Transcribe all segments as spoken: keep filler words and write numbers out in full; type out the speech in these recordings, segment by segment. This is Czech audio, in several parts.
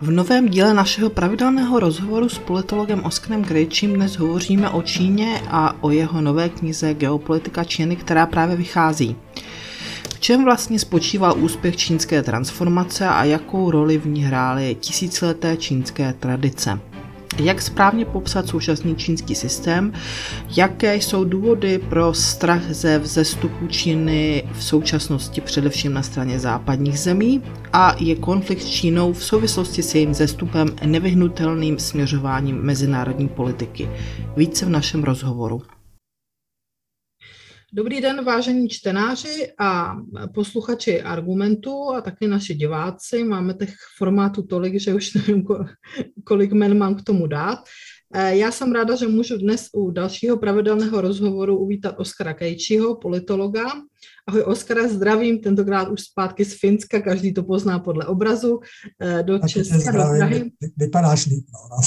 V novém díle našeho pravidelného rozhovoru s politologem Oskarem Krejčím dnes hovoříme o Číně a o jeho nové knize Geopolitika Číny, která právě vychází. V čem vlastně spočíval úspěch čínské transformace a jakou roli v ní hrály tisícileté čínské tradice? Jak správně popsat současný čínský systém? Jaké jsou důvody pro strach ze vzestupu Číny v současnosti především na straně západních zemí? A je konflikt s Čínou v souvislosti s jejím vzestupem nevyhnutelným směřováním mezinárodní politiky? Více v našem rozhovoru. Dobrý den, vážení čtenáři a posluchači Argumentu a taky naši diváci. Máme těch formátů tolik, že už nevím, kolik jmen mám k tomu dát. Já jsem ráda, že můžu dnes u dalšího pravidelného rozhovoru uvítat Oskara Krejčího, politologa. Ahoj Oskare, zdravím, tentokrát už zpátky z Finska, každý to pozná podle obrazu, do taky Česka, do Prahy. Vypadáš líp,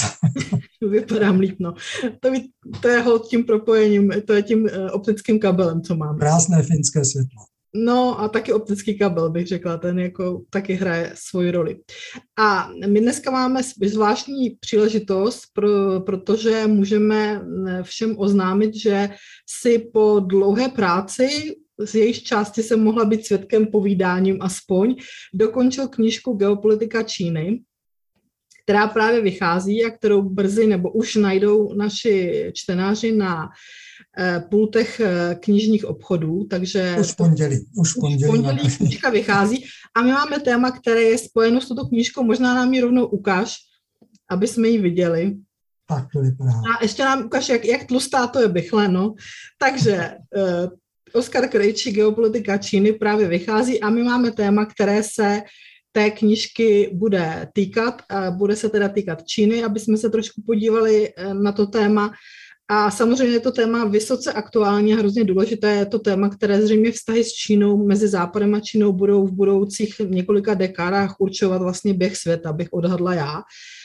no. Vypadám líp, no. To, to je hod tím propojením, to je tím optickým kabelem, co máme. Krásné finské světlo. No a taky optický kabel, bych řekla, ten jako taky hraje svoji roli. A my dneska máme zvláštní příležitost, pro, protože můžeme všem oznámit, že si po dlouhé práci, z jejich části jsem mohla být svědkem povídáním aspoň, dokončil knížku Geopolitika Číny, která právě vychází a kterou brzy nebo už najdou naši čtenáři na pultech knižních obchodů, takže už v pondělí, už v pondělí, pondělí knížka vychází a my máme téma, které je spojeno s touto knížkou, možná nám ji rovnou ukáž, aby jsme ji viděli. Tak to vypadá. A ještě nám ukáž, jak, jak tlustá to je bychle, no. Takže uh, Oskar Krejčí, Geopolitika Číny právě vychází a my máme téma, které se té knížky bude týkat, bude se teda týkat Číny, aby jsme se trošku podívali na to téma. A samozřejmě je to téma vysoce aktuální a hrozně důležité. Je to téma, které zřejmě vztahy s Čínou, mezi Západem a Čínou budou v budoucích několika dekádách určovat vlastně běh světa, bych odhadla já.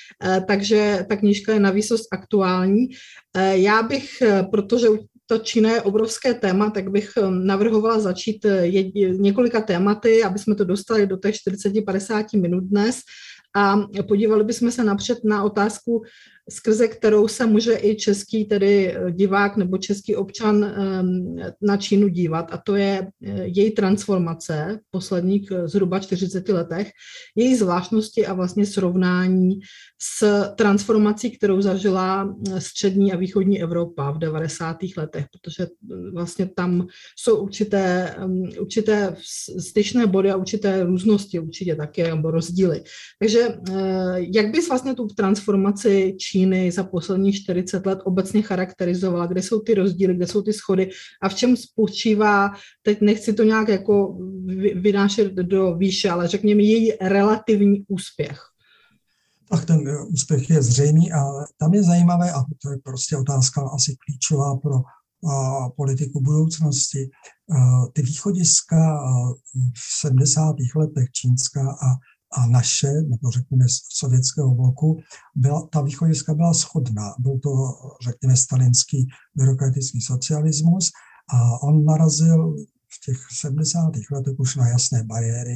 Takže ta knížka je navýsost aktuální. Já bych, protože ta Čína je obrovské téma, tak bych navrhovala začít několika tématy, aby jsme to dostali do těch čtyřicet až padesát minut dnes a podívali bychom se napřed na otázku, skrze kterou se může i český tedy divák nebo český občan na Čínu dívat, a to je její transformace v posledních zhruba čtyřiceti letech, její zvláštnosti a vlastně srovnání s transformací, kterou zažila střední a východní Evropa v devadesátých letech, protože vlastně tam jsou určité, určité styčné body a určité různosti určitě také, nebo rozdíly. Takže jak bys vlastně tu transformaci Číny za posledních čtyřicet let obecně charakterizovala, kde jsou ty rozdíly, kde jsou ty schody a v čem spočívá, teď nechci to nějak jako vynášet do výše, ale řekněme její relativní úspěch. Tak ten úspěch je zřejmý a tam je zajímavé, a to je prostě otázka asi klíčová pro a, politiku budoucnosti, a, ty východiska v sedmdesátých letech čínská a a naše, nebo řekněme z sovětského bloku, byla, ta východiska byla shodná. Byl to, řekněme, stalinský byrokratický socialismus a on narazil v těch sedmdesátých letech už na jasné bariéry,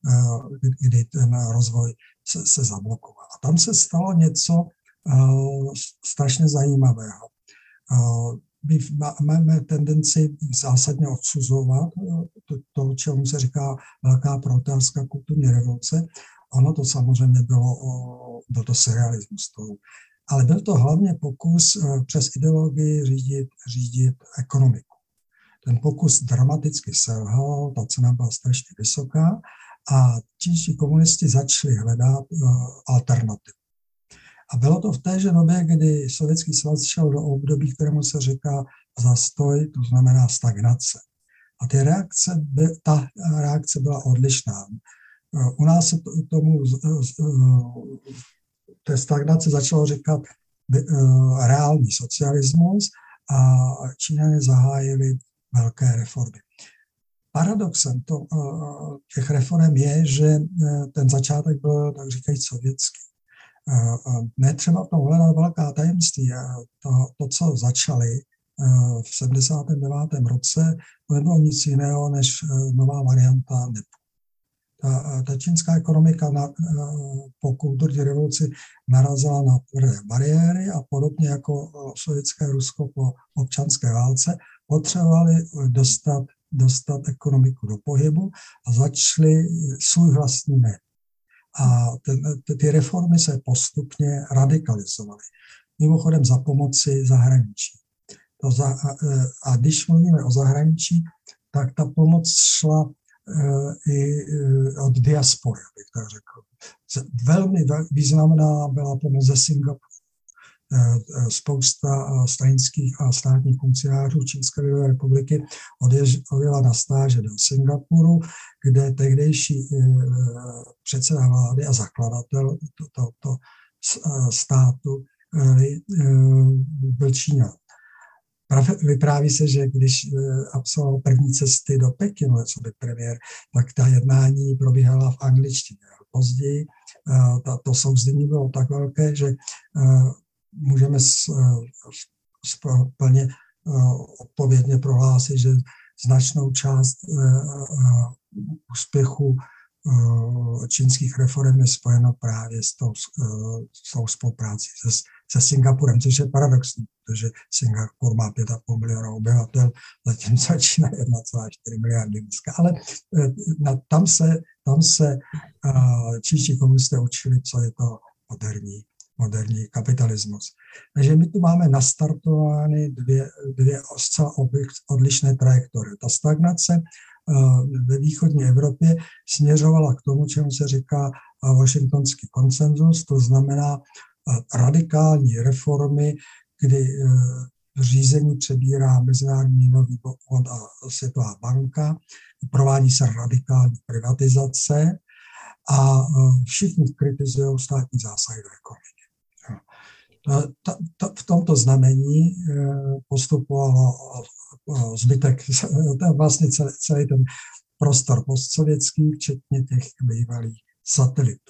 kdy ten rozvoj se, se zablokoval. A tam se stalo něco strašně zajímavého. My máme tendenci zásadně odsuzovat to, to, čemu se říká velká proletářská kulturní revoluce. Ono to samozřejmě bylo, byl to surrealismus. Ale byl to hlavně pokus přes ideologii řídit, řídit ekonomiku. Ten pokus dramaticky selhal, ta cena byla strašně vysoká a čínští komunisti začali hledat alternativu. A bylo to v téže době, kdy Sovětský svaz šel do období, kterému se říká zastoj, to znamená stagnace. A ty reakce, by, ta reakce byla odlišná. U nás se tomu té stagnace začalo říkat reálný socialismus a Číňané zahájili velké reformy. Paradoxem to, těch reform je, že ten začátek byl, tak říkají, sovětský. Netřeba v tom hledat velká tajemství. To, to, co začali v sedmdesátém devátém roce, to nebylo nic jiného než nová varianta NEPu. ta, ta čínská ekonomika na, po kulturní revoluci narazila na tvrdé bariéry a podobně jako sovětské Rusko po občanské válce potřebovali dostat, dostat ekonomiku do pohybu a začali svůj vlastní ne. A ten, ty reformy se postupně radikalizovaly. Mimochodem za pomoci zahraničí. To za, a, a když mluvíme o zahraničí, tak ta pomoc šla i od diaspory, bych tak řekl. Velmi významná byla pomoc ze Singapuru. Spousta stranických a státních funkcionářů Čínské lidové republiky odjela na stáže do Singapuru, kde tehdejší předseda vlády a zakladatel tohoto státu byl Číňan. Vypráví se, že když absolvoval první cesty do Pekinu, co by premiér, tak ta jednání probíhala v angličtině. Později to souznění bylo tak velké, že můžeme plně odpovědně prohlásit, že značnou část úspěchu čínských reform je spojeno právě s tou, s tou spoluprácí se, se Singapurem, což je paradoxní, protože Singapur má pět a půl milionu obyvatel, zatímco Čína jedna celá čtyři miliardy dneska. Ale na, tam se, tam se čínští komunisté učili, co je to moderní, moderní kapitalismus. Takže my tu máme nastartovány dvě, dvě zcela odlišné trajektorie. Ta stagnace ve východní Evropě směřovala k tomu, čemu se říká washingtonský konsenzus, to znamená radikální reformy, kdy řízení přebírá Mezinárodní měnový fond a Světová banka, provádí se radikální privatizace a všichni kritizují státní zásahy do ekonomiky. V tomto znamení postupovalo zbytek, vlastně celý, celý ten prostor postsovětský, včetně těch bývalých satelitů.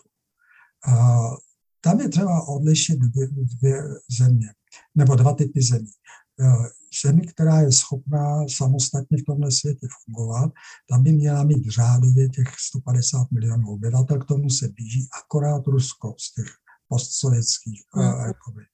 Tam je třeba odlišit dvě, dvě země, nebo dva typy zemí. Zemi, která je schopná samostatně v tomhle světě fungovat, tam by měla mít řádově těch sto padesát milionů obyvatel, k tomu se blíží akorát Rusko z těch postsovětských republik.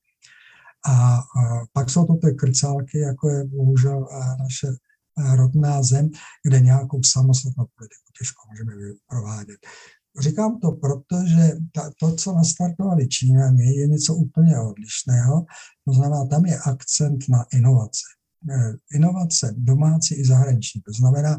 A, a pak jsou to ty krcálky, jako je bohužel naše rodná zem, kde nějakou samostatnou politiku těžko můžeme provádět. Říkám to proto, že to, co nastartovali Číňané, je něco úplně odlišného. To znamená, tam je akcent na inovace. Inovace domácí i zahraniční. To znamená,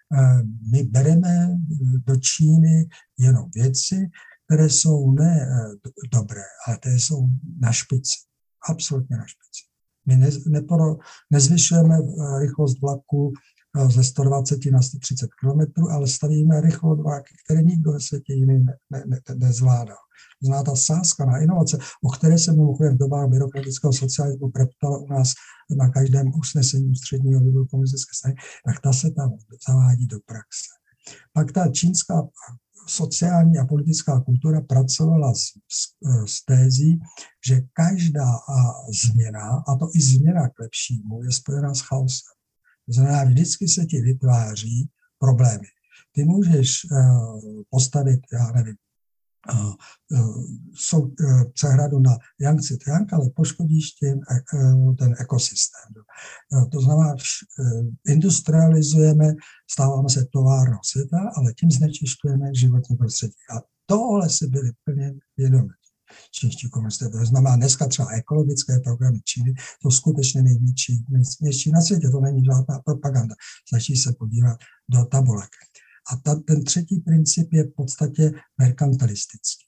my bereme do Číny jenom věci, které jsou ne dobré, ale které jsou na špici. Absolutně na špici. My ne, neporo, nezvyšujeme rychlost vlaku ze sto dvacet na sto třicet kilometrů, ale stavíme rychlodváky, které nikdo ve světě jiný ne, ne, ne, nezvládá. To znamená, ta sázka na inovace, o které se mimochodem v dobách byrokratického socialismu preptala u nás na každém usnesení ústředního výboru komunistické strany, tak ta se tam zavádí do praxe. Pak ta čínská sociální a politická kultura pracovala s, s, s tézí, že každá změna, a to i změna k lepšímu, je spojená s chaosem. To znamená, vždycky se ti vytváří problémy. Ty můžeš uh, postavit, já nevím, uh, uh, sou, uh, přehradu na Yangtze Kiang, ale poškodíš tím uh, ten ekosystém. Uh, to znamená, uh, industrializujeme, stáváme se továrnou světa, ale tím znečišťujeme životní prostředí. A tohle si byli plně vědomí čínští komunisté. To znamená, dneska třeba ekologické programy Číny jsou skutečně největší, největší na světě. To není žádná propaganda. Stačí se podívat do tabulek. A ta, ten třetí princip je v podstatě merkantilistický.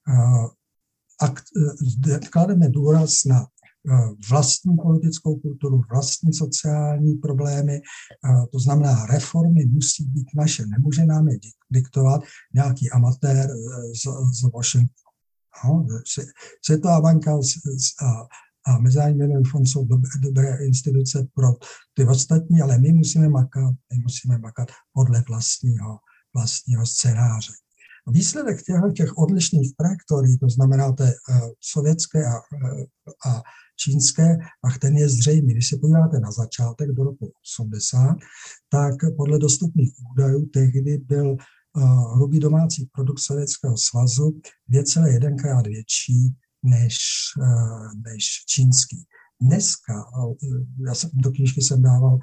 Klademe důraz na vlastní politickou kulturu, vlastní sociální problémy, to znamená, reformy musí být naše. Nemůže nám je diktovat nějaký amatér z, z Washingtonu. No, Světová banka a, a Mezinárodní měnový fond jsou dobré, dobré instituce pro ty ostatní, ale my musíme makat, my musíme makat podle vlastního, vlastního scénáře. Výsledek těch, těch odlišných trajektorií, to znamená té uh, sovětské a, a čínské, a ten je zřejmý. Když se podíváte na začátek do roku osmdesát, tak podle dostupných údajů tehdy byl hrubý domácí produkt Sovětského svazu dvě celé jedna krát větší než, než čínský. Dneska, já jsem do knížky jsem dával,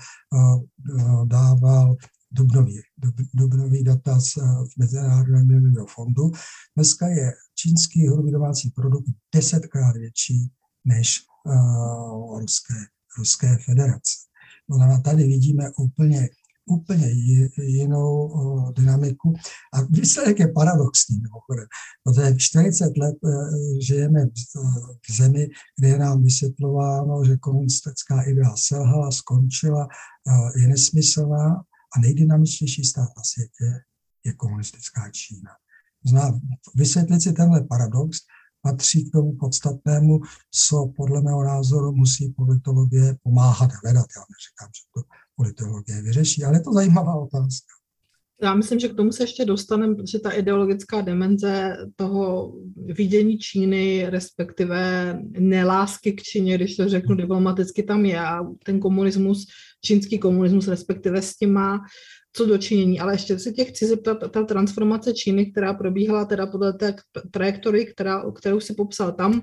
dával dubnový, dubnový data z Mezinárodního měnového fondu. Dneska je čínský hrubý domácí produkt desetkrát větší než uh, ruské, ruské federace. To znamená, tady vidíme úplně, úplně jinou uh, dynamiku. A výsledek je paradoxní, mimochodem. Protože čtyřicet let uh, žijeme v, uh, v zemi, kde je nám vysvětlováno, že komunistická idea selhala, skončila, uh, je nesmyslná a nejdynamičtější stát na světě je komunistická Čína. To znamená, vysvětlit si tenhle paradox patří k tomu podstatnému, co podle mého názoru musí politologie pomáhat hledat. Já neříkám, že to politologie vyřeší, ale je to zajímavá otázka. Já myslím, že k tomu se ještě dostaneme, protože ta ideologická dimenze toho vidění Číny, respektive nelásky k Číně, když to řeknu diplomaticky, tam je a ten komunismus, čínský komunismus, respektive s tím má co dočinění. Ale ještě se tě chci zeptat, ta transformace Číny, která probíhala teda podle té trajektory, která, kterou si popsal tam,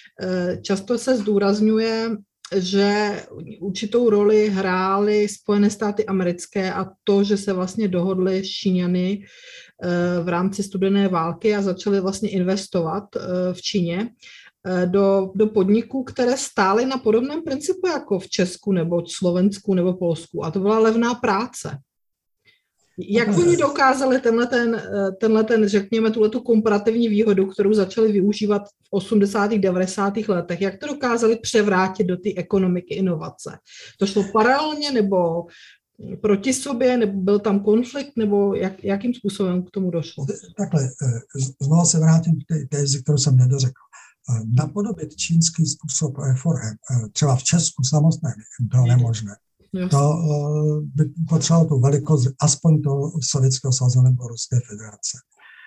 často se zdůrazňuje, že určitou roli hrály Spojené státy americké a to, že se vlastně dohodly s Číňany v rámci studené války a začaly vlastně investovat v Číně do, do podniků, které stály na podobném principu jako v Česku nebo Slovensku nebo Polsku. A to byla levná práce. Jak oni dokázali tenhle ten, tenhle ten, řekněme, tuhletu komparativní výhodu, kterou začali využívat v osmdesátých, devadesátých letech, jak to dokázali převrátit do té ekonomiky inovace? To šlo paralelně nebo proti sobě, nebo byl tam konflikt, nebo jak, jakým způsobem k tomu došlo? Takhle, znovu se vrátím k té tézi, kterou jsem nedořekl. Napodobit čínský způsob reform, třeba v Česku samotném, bylo nemožné. To by potřebovalo tu velikost aspoň toho Sovětského svazu nebo Ruské federace.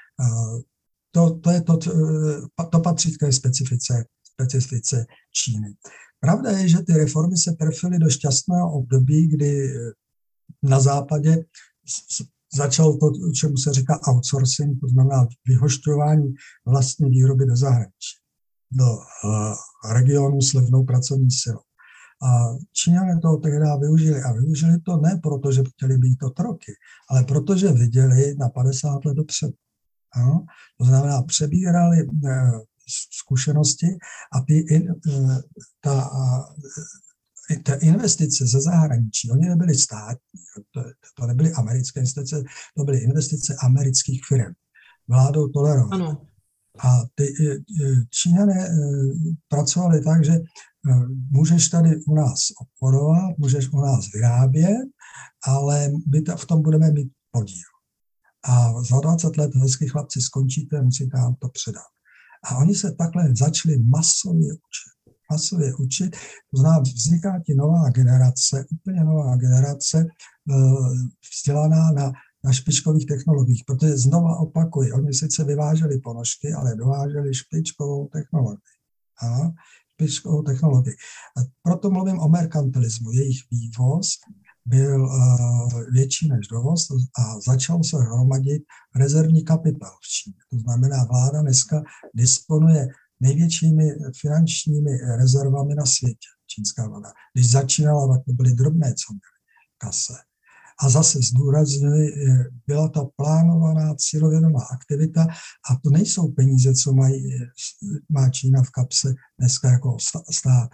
To, to, je to, to patří k té specifice, specifice Číny. Pravda je, že ty reformy se trefily do šťastného období, kdy na západě začal to, čemu se říká outsourcing, to znamená vyhošťování vlastní výroby do zahraničí, do regionu s levnou pracovní silou. A Číňané to tehdy využili. A využili to ne proto, že chtěli být otroky, ale protože viděli na padesát let dopředu. Ano? To znamená, přebírali eh, zkušenosti a ty, in, eh, ta, eh, ta investice ze zahraničí, oni nebyly státní, to, to nebyly americké investice, to byly investice amerických firm. Vládou tolerovali. A ty Číňané pracovali tak, že můžeš tady u nás obchodovat, můžeš u nás vyrábět, ale my v tom budeme mít podíl. A za dvacet let hezký chlapci skončíte, musíte nám to předat. A oni se takhle začali masově učit. Masově učit, to znamená, vzniká ti nová generace, úplně nová generace, vzdělaná na na špičkových technologiích, protože znova opakuji, oni sice vyváželi ponožky, ale dováželi špičkovou technologii. Ano, špičkovou technologii. A proto mluvím o merkantilismu. Jejich vývoz byl uh, větší než dovoz a začal se hromadit rezervní kapitál v Číně. To znamená, vláda dneska disponuje největšími finančními rezervami na světě, čínská vláda. Když začínala, tak to byly drobné, co měly kase. A zase zdůrazňuji, byla to plánovaná cílovědomá aktivita a to nejsou peníze, co mají, má Čína v kapse dneska jako stát.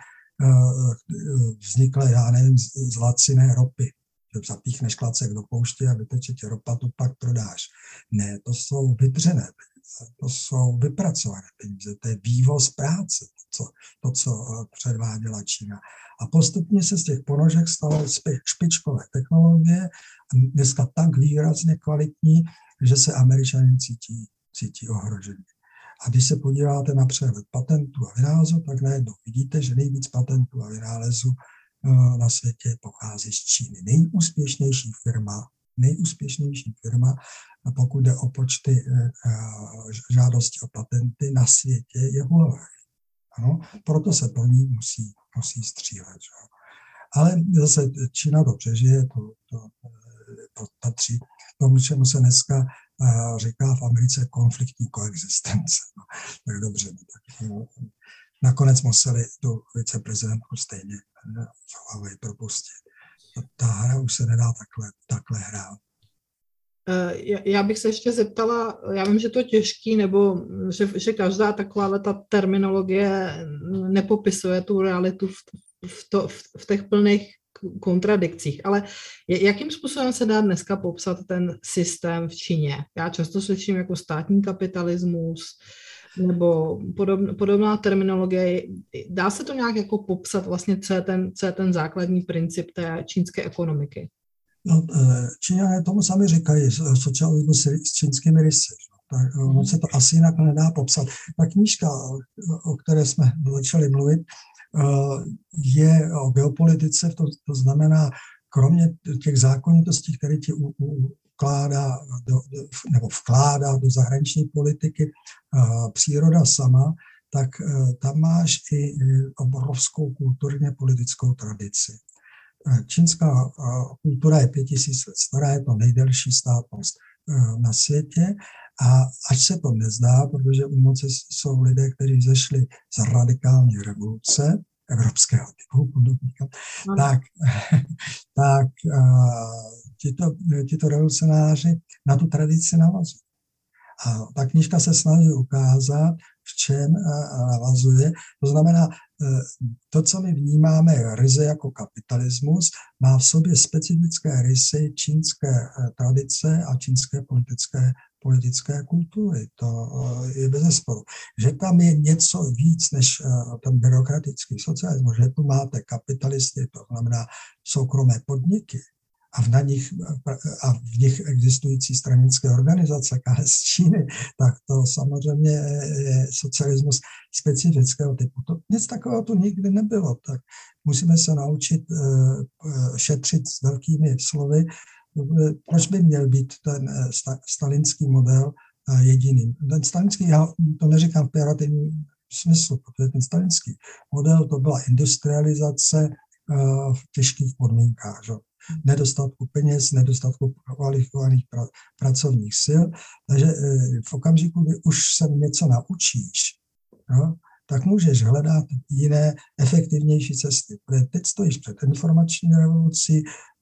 Vznikly, já nevím, z laciné ropy. Zapíchneš klacek do pouště a vyteče tě ropa, tu pak prodáš. Ne, to jsou vytřené peníze, to jsou vypracované peníze, to je vývoz práce, to, co, to, co předváděla Čína. A postupně se z těch ponožek staly špičkové technologie, dneska tak výrazně kvalitní, že se Američané cítí, cítí ohrožení. A když se podíváte na přehled patentů a vynálezů, tak najednou vidíte, že nejvíc patentů a vynálezů na světě pochází z Číny. Nejúspěšnější firma, nejúspěšnější firma, pokud jde o počty žádostí o patenty na světě, je Huawei. Ano, proto se pro ní musí, musí střílet. Že? Ale zase Čína to přežije, to, to, to patří tomu, čemu se dneska říká v Americe konfliktní koexistence. No, tak dobře, no, tak no, nakonec museli tu viceprezidentku stejně v Huawei propustit. Ta hra už se nedá takhle, takhle hrát. Já bych se ještě zeptala, já vím, že to je těžký, nebo že, že každá taková ta terminologie nepopisuje tu realitu v, v, to, v, v těch plných kontradikcích, ale jakým způsobem se dá dneska popsat ten systém v Číně? Já často slyším jako státní kapitalismus nebo podobn, podobná terminologie. Dá se to nějak jako popsat vlastně, co je ten, co je ten základní princip té čínské ekonomiky? No, Číňané tomu sami říkají socialismus s čínskými rysy. Tak ono se to asi jinak nedá popsat. Ta knížka, o které jsme začali mluvit, je o geopolitice, to, to znamená, kromě těch zákonitostí, které ti ukládá do, nebo vkládá do zahraniční politiky příroda sama, tak tam máš i obrovskou kulturně politickou tradici. Čínská kultura je pět tisíc let stará, je to nejdelší státnost na světě a až se to nezdá, protože u moci jsou lidé, kteří vzešli z radikální revoluce evropského typu, no. tak, tak tito, tito revolucionáři na tu tradici navazují. A ta knížka se snaží ukázat, v čem navazuje. To znamená, to, co my vnímáme ryze jako kapitalismus, má v sobě specifické rysy čínské tradice a čínské politické, politické kultury. To je bezesporu. Že tam je něco víc než ten byrokratický socialismus, že tu máte kapitalisty, to znamená soukromé podniky, a v, nich, a v nich existující stranické organizace K S Číny, tak to samozřejmě je socialismus specifického typu. To, nic takového tu nikdy nebylo. Tak musíme se naučit uh, šetřit s velkými slovy. Proč by měl být ten sta, stalinský model uh, jediným? Ten stalinský, já to neříkám v pejorativním smyslu, protože ten stalinský model to byla industrializace uh, v těžkých podmínkách. Že? Nedostatku peněz, nedostatku kvalifikovaných pra, pracovních sil. Takže v okamžiku, kdy už se něco naučíš, no, tak můžeš hledat jiné, efektivnější cesty. Protože teď stojíš před informační revolucí,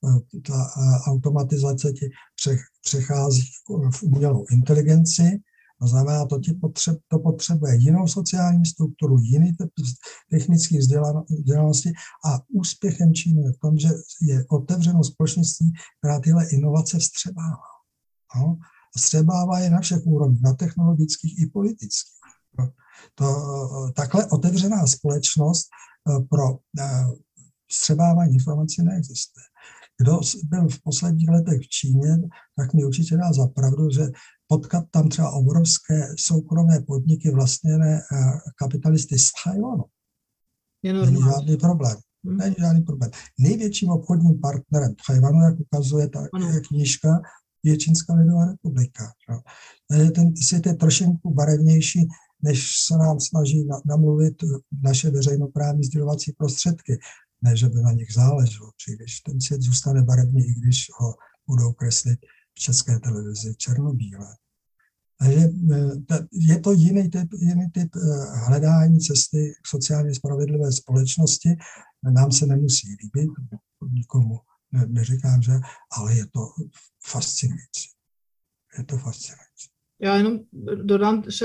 ta automatizace ti přechází v umělou inteligenci, to znamená, to, ti potřeb, to potřebuje jinou sociální strukturu, jiný typ technických vzdělanosti a úspěchem Číny je v tom, že je otevřenou společností, která tyhle inovace vstřebává. No? Vstřebává je na všech úrovních, na technologických i politických. To, takhle otevřená společnost pro vstřebávání informací neexistuje. Kdo byl v posledních letech v Číně, tak mi určitě dá za pravdu, že potkat tam třeba obrovské soukromé podniky vlastněné kapitalisty z Tchaj-wanu. Není žádný problém. Hmm. Není žádný problém. Největším obchodním partnerem Tchaj-wanu, jak ukazuje ta knížka, je Čínská lidová republika. Ten svět je trošinku barevnější, než se nám snaží namluvit naše veřejnoprávní sdělovací prostředky. Ne, že by na nich záleželo příliš. Ten svět zůstane barevný, i když ho budou kreslit v České televizi černobílé. Takže je to jiný typ, jiný typ hledání cesty k sociálně spravedlivé společnosti. Nám se nemusí líbit, nikomu ne, neříkám, že, ale je to fascinující. Je to fascinující. Já jenom dodám, že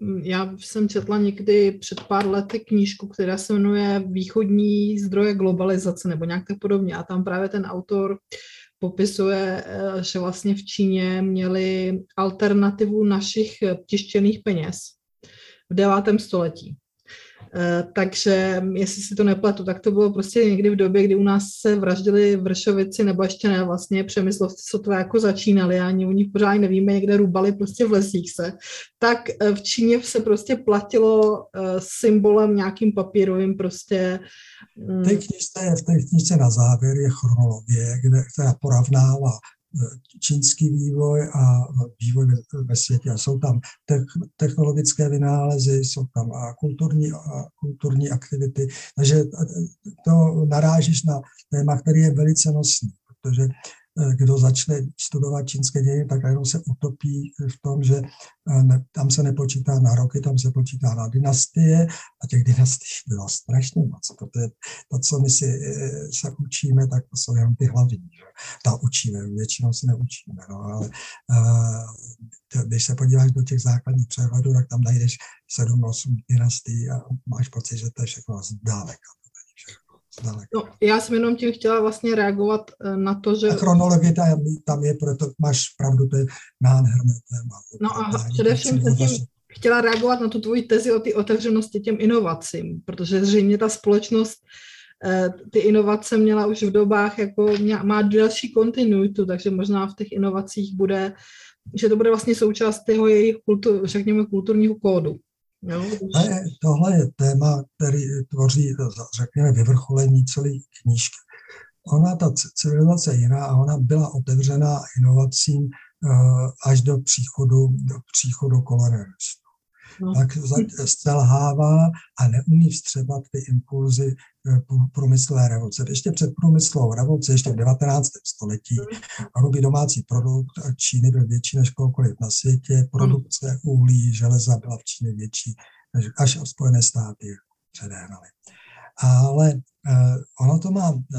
já jsem četla někdy před pár lety knížku, která se jmenuje Východní zdroje globalizace, nebo nějak tak podobně. A tam právě ten autor popisuje, že vlastně v Číně měli alternativu našich tištěných peněz v devátém století. Takže, jestli si to nepletu, tak to bylo prostě někdy v době, kdy u nás se vraždili Vršovici, nebo ještě ne, vlastně Přemyslovci sotva jako začínali, ani u nich pořád nevíme, někde rubali prostě v lesích se. Tak v Číně se prostě platilo symbolem nějakým papírovým prostě. V té knižce, v té knižce na závěr je chronologie, kde, která porovnává čínský vývoj a vývoj ve světě. A jsou tam technologické vynálezy, jsou tam a kulturní, a kulturní aktivity. Takže to narážíš na téma, který je velice nosný, protože kdo začne studovat čínské dějiny, tak jenom se utopí v tom, že tam se nepočítá na roky, tam se počítá na dynastie a těch dynastií bylo strašně moc, protože to, co my si se učíme, tak to jsou jenom ty hlavní. Že? Ta učíme, většinou se neučíme, no, ale když se podíváš do těch základních přehledů, tak tam najdeš sedm, osm dynastií a máš pocit, že to je všechno zdáleka. No, já jsem jenom tím chtěla vlastně reagovat na to, že... A chronologie tam, tam je, proto máš pravdu, to je nádherné téma. No a především jsem tím chtěla reagovat na tu tvoji tezi o té otevřenosti těm inovacím, protože zřejmě ta společnost ty inovace měla už v dobách, jako má další kontinuitu, takže možná v těch inovacích bude, že to bude vlastně součást toho jejich kultur, řekněme, kulturního kódu. Jo, je, tohle je téma, který tvoří, řekněme, vyvrcholení celé knížky. Ona, ta civilizace je jiná a ona byla otevřená inovacím až do příchodu, do příchodu kolonialistů. No. Tak selhává a neumí vstřebat ty impulzy průmyslové revoluce. Ještě před průmyslovou revolucí, ještě v devatenáctém století, hrubý domácí produkt Číny byl větší než kohokoliv na světě, produkce uhlí, železa byla v Číně větší, než až Spojené státy předehnaly. Ale eh, ono to má eh,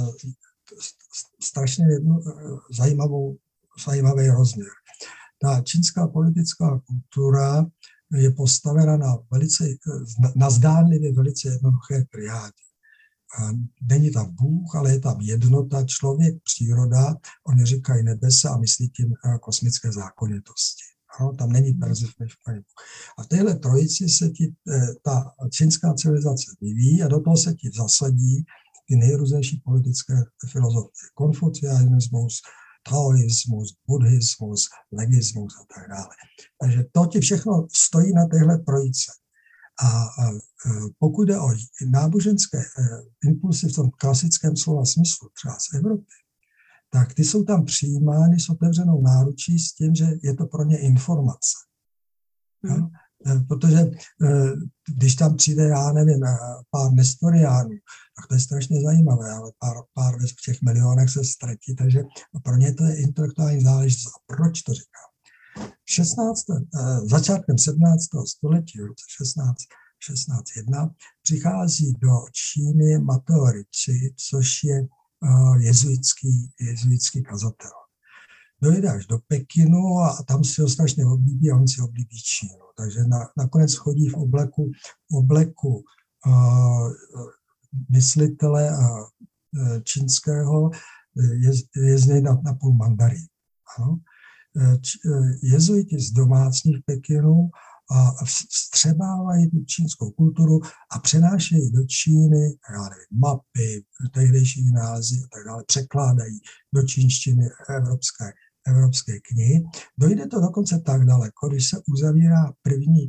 strašně jednu, eh, zajímavou, zajímavý rozměr. Ta čínská politická kultura je postavena na, velice, na zdánlivě velice jednoduché triádě. Není tam Bůh, ale je tam jednota, člověk, příroda, oni říkají nebesa a myslí tím kosmické zákonitosti. No, tam není Persefone. A v téhle trojici se ti, ta čínská civilizace vyvíjí a do toho se ti zasadí ty nejrůznější politické filozofie. Konfucianismus, taoismus, buddhismus, legismus a tak dále. Takže to ti všechno stojí na téhle trojice. A, a pokud jde o náboženské impulsy v tom klasickém slova smyslu, třeba z Evropy, tak ty jsou tam přijímány s otevřenou náručí s tím, že je to pro ně informace. Hmm. Protože když tam přijde, já nevím, pár nestoriánů, tak to je strašně zajímavé, ale pár, pár v těch milionech se ztratí, takže pro ně to je intelektuální záležitost. A proč to říkám? šestnáctém začátkem sedmnáctého století, v roce šestnáct šestnáct jedna, přichází do Číny Mateo Ricci, což je jezuitský, jezuitský kazatel. Dojde až do Pekinu a tam si ho strašně oblíbí a on si oblíbí Čínu. Takže na, nakonec chodí v obleku, obleku uh, myslitele uh, čínského, je, je z něj na, na půl mandarín. Ano. Č, jezuiti z domácních Pekinu a vstřebávají tu čínskou kulturu a přenášejí do Číny já nevím, mapy, tehdejší vynálezy a tak dále, překládají do čínštiny evropské, evropské knihy. Dojde to dokonce tak daleko, když se uzavírá první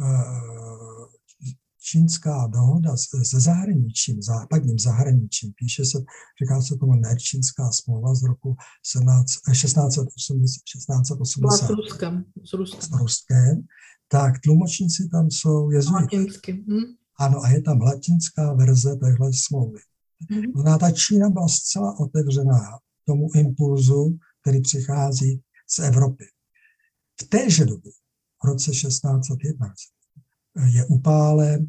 uh, čínská dohoda se zahraničím, západním zahraničím. Píše se, říká se tomu Nerčínská smlouva z roku šestnáct set osmdesát. S Ruskem. S Ruskem. S Ruskem. Tak tlumočníci tam jsou jezuiti. Hm? Ano, a je tam latinská verze téhle smlouvy. Hm? Ta Čína byla zcela otevřená tomu impulzu, který přichází z Evropy. V téže době, v roce šestnáct set jedna, je upálen,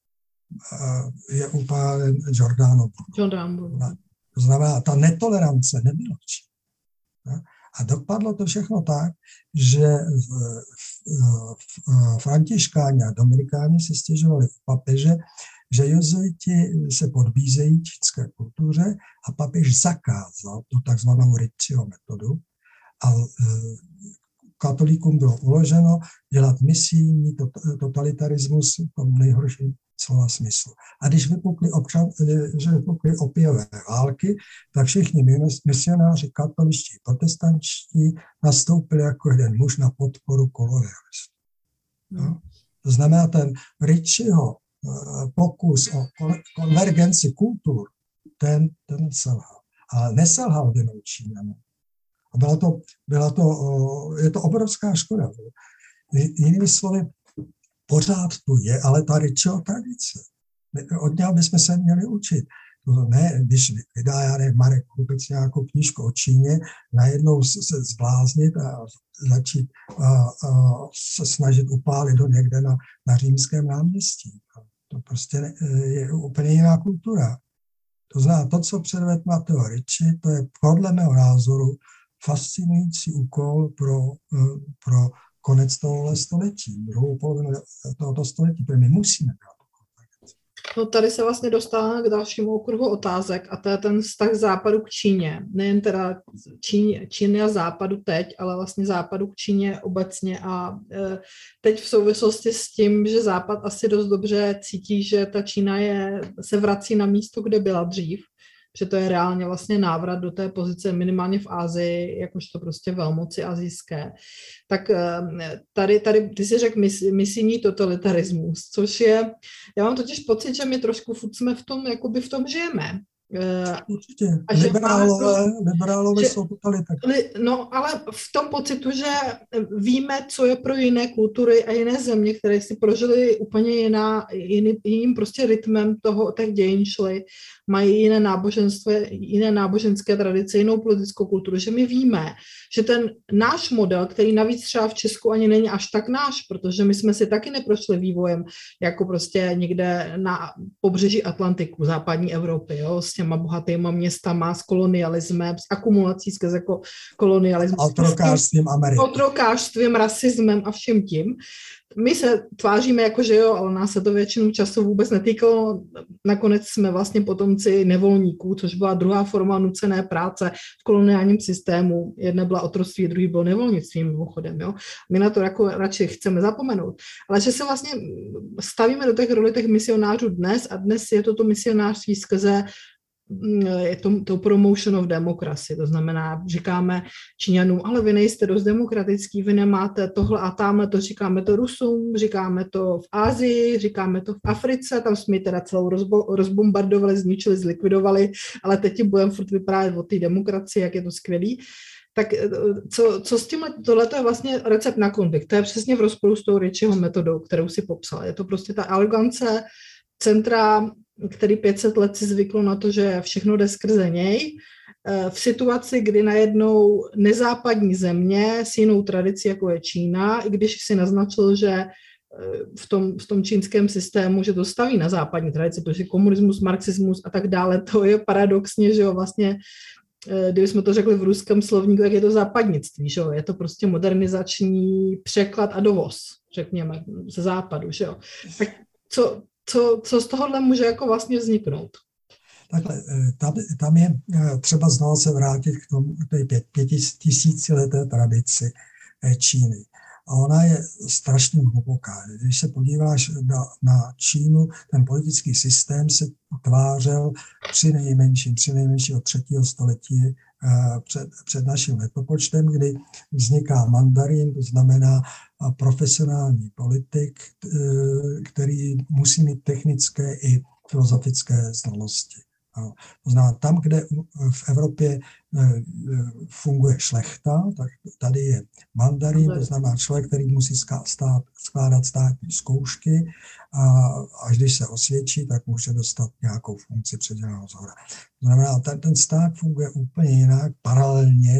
je upálen Giordano Bruno. To znamená, ta netolerance nebyla v Číně. A dopadlo to všechno tak, že františkáni a dominikáni si stěžovali v papeže, že jezuiti se podbízejí čínské kultuře a papež zakázal tu takzvanou Ricciho metodu a katolíkům bylo uloženo dělat misijní totalitarismus v tom nejhorším slova smyslu. A když vypukly, občan, že vypukly opiové války, tak všichni misionáři, katoličtí, protestančtí nastoupili jako jeden muž na podporu kolonialistů. No? To znamená, ten Ricciho pokus o konvergenci kultur, ten, ten selhal. Ale neselhal vinou Číňanů. A byla to, byla to, je to obrovská škoda. Jinými slovy, pořád tu je, ale ta Ricciho tradice. Od něho bychom se měli učit. To ne, když vydá, já nevím, Marek Kubec nějakou knížku o Číně, najednou se zbláznit a začít a, a, se snažit upálit do někde na, na Římském náměstí. To prostě je úplně jiná kultura. To znamená, to, co předvedl Matteo Ricci, to je podle mého názoru fascinující úkol pro, pro konec tohohle století, druhou polovinu tohoto století, protože my musíme dělat. No tady se vlastně dostáváme k dalšímu okruhu otázek a to je ten vztah západu k Číně. Nejen teda Číně, Číny a západu teď, ale vlastně západu k Číně obecně a e, teď v souvislosti s tím, že západ asi dost dobře cítí, že ta Čína je, se vrací na místo, kde byla dřív, že to je reálně vlastně návrat do té pozice minimálně v Asii, jakožto prostě velmoci asijské. Tak tady, tady ty jsi řekl mis, misijní totalitarismus, což je, já mám totiž pocit, že my trošku furt jsme v tom, jakoby v tom žijeme. Určitě. Liberálové, liberálové že, jsou totalitaristé. No, ale v tom pocitu, že víme, co je pro jiné kultury a jiné země, které si prožili úplně jiná, jiný, jiným prostě rytmem toho, těch dějin šly, mají jiné náboženství, jiné náboženské tradice, jinou politickou kulturu, že my víme, že ten náš model, který navíc třeba v Česku ani není až tak náš, protože my jsme si taky neprošli vývojem jako prostě někde na pobřeží Atlantiku, západní Evropy, jo, s těma bohatýma městama, s kolonialismem, s akumulací skrze kolonialismem. Otrokářstvím Ameriky. Otrokářstvím, rasismem a vším tím. My se tváříme jako, že jo, ale nás se to většinu času vůbec netýkalo. Nakonec jsme vlastně potomci nevolníků, což byla druhá forma nucené práce v koloniálním systému. Jedna byla otroctví, druhý bylo nevolnictví mimochodem. Jo. My na to jako radši chceme zapomenout. Ale že se vlastně stavíme do těch roli těch misionářů dnes a dnes je toto misionářství skrze je to, to promotion of democracy, to znamená, říkáme Číňanům, ale vy nejste dost demokratický, vy nemáte tohle a tamhle, to říkáme to Rusům, říkáme to v Asii, říkáme to v Africe, tam jsme teda celou rozbo, rozbombardovali, zničili, zlikvidovali, ale teď ti budeme furt vyprávět o té demokracii, jak je to skvělý. Tak co, co s tímhle, tohle je vlastně recept na konflikt, to je přesně v rozporu s tou Ricciho metodou, kterou si popsal. Je to prostě ta arogance centra, který pět set let si zvyklo na to, že všechno jde skrze něj, v situaci, kdy najednou nezápadní země s jinou tradicí, jako je Čína, i když si naznačil, že v tom, v tom čínském systému, že to staví na západní tradici, protože komunismus, marxismus a tak dále, to je paradoxně, že jo, vlastně, kdybychom to řekli v ruském slovníku, tak je to západnictví, že jo, je to prostě modernizační překlad a dovoz, řekněme, ze západu, že jo. Tak co, co, co z tohohle může jako vlastně vzniknout? Takhle, tam, tam je třeba znovu se vrátit k tomu, k té pět, pětitisícileté tradici Číny. A ona je strašně hluboká. Když se podíváš na, na Čínu, ten politický systém se utvářel při nejmenším, při nejmenším od třetího století před, před naším letopočtem, kdy vzniká mandarin, to znamená profesionální politik, který musí mít technické i filozofické znalosti. To znamená, tam, kde v Evropě funguje šlechta, tak tady je mandarin, to znamená člověk, který musí stát, skládat státní zkoušky a až když se osvědčí, tak může dostat nějakou funkci předělanou zhora. To znamená, ten, ten stát funguje úplně jinak, paralelně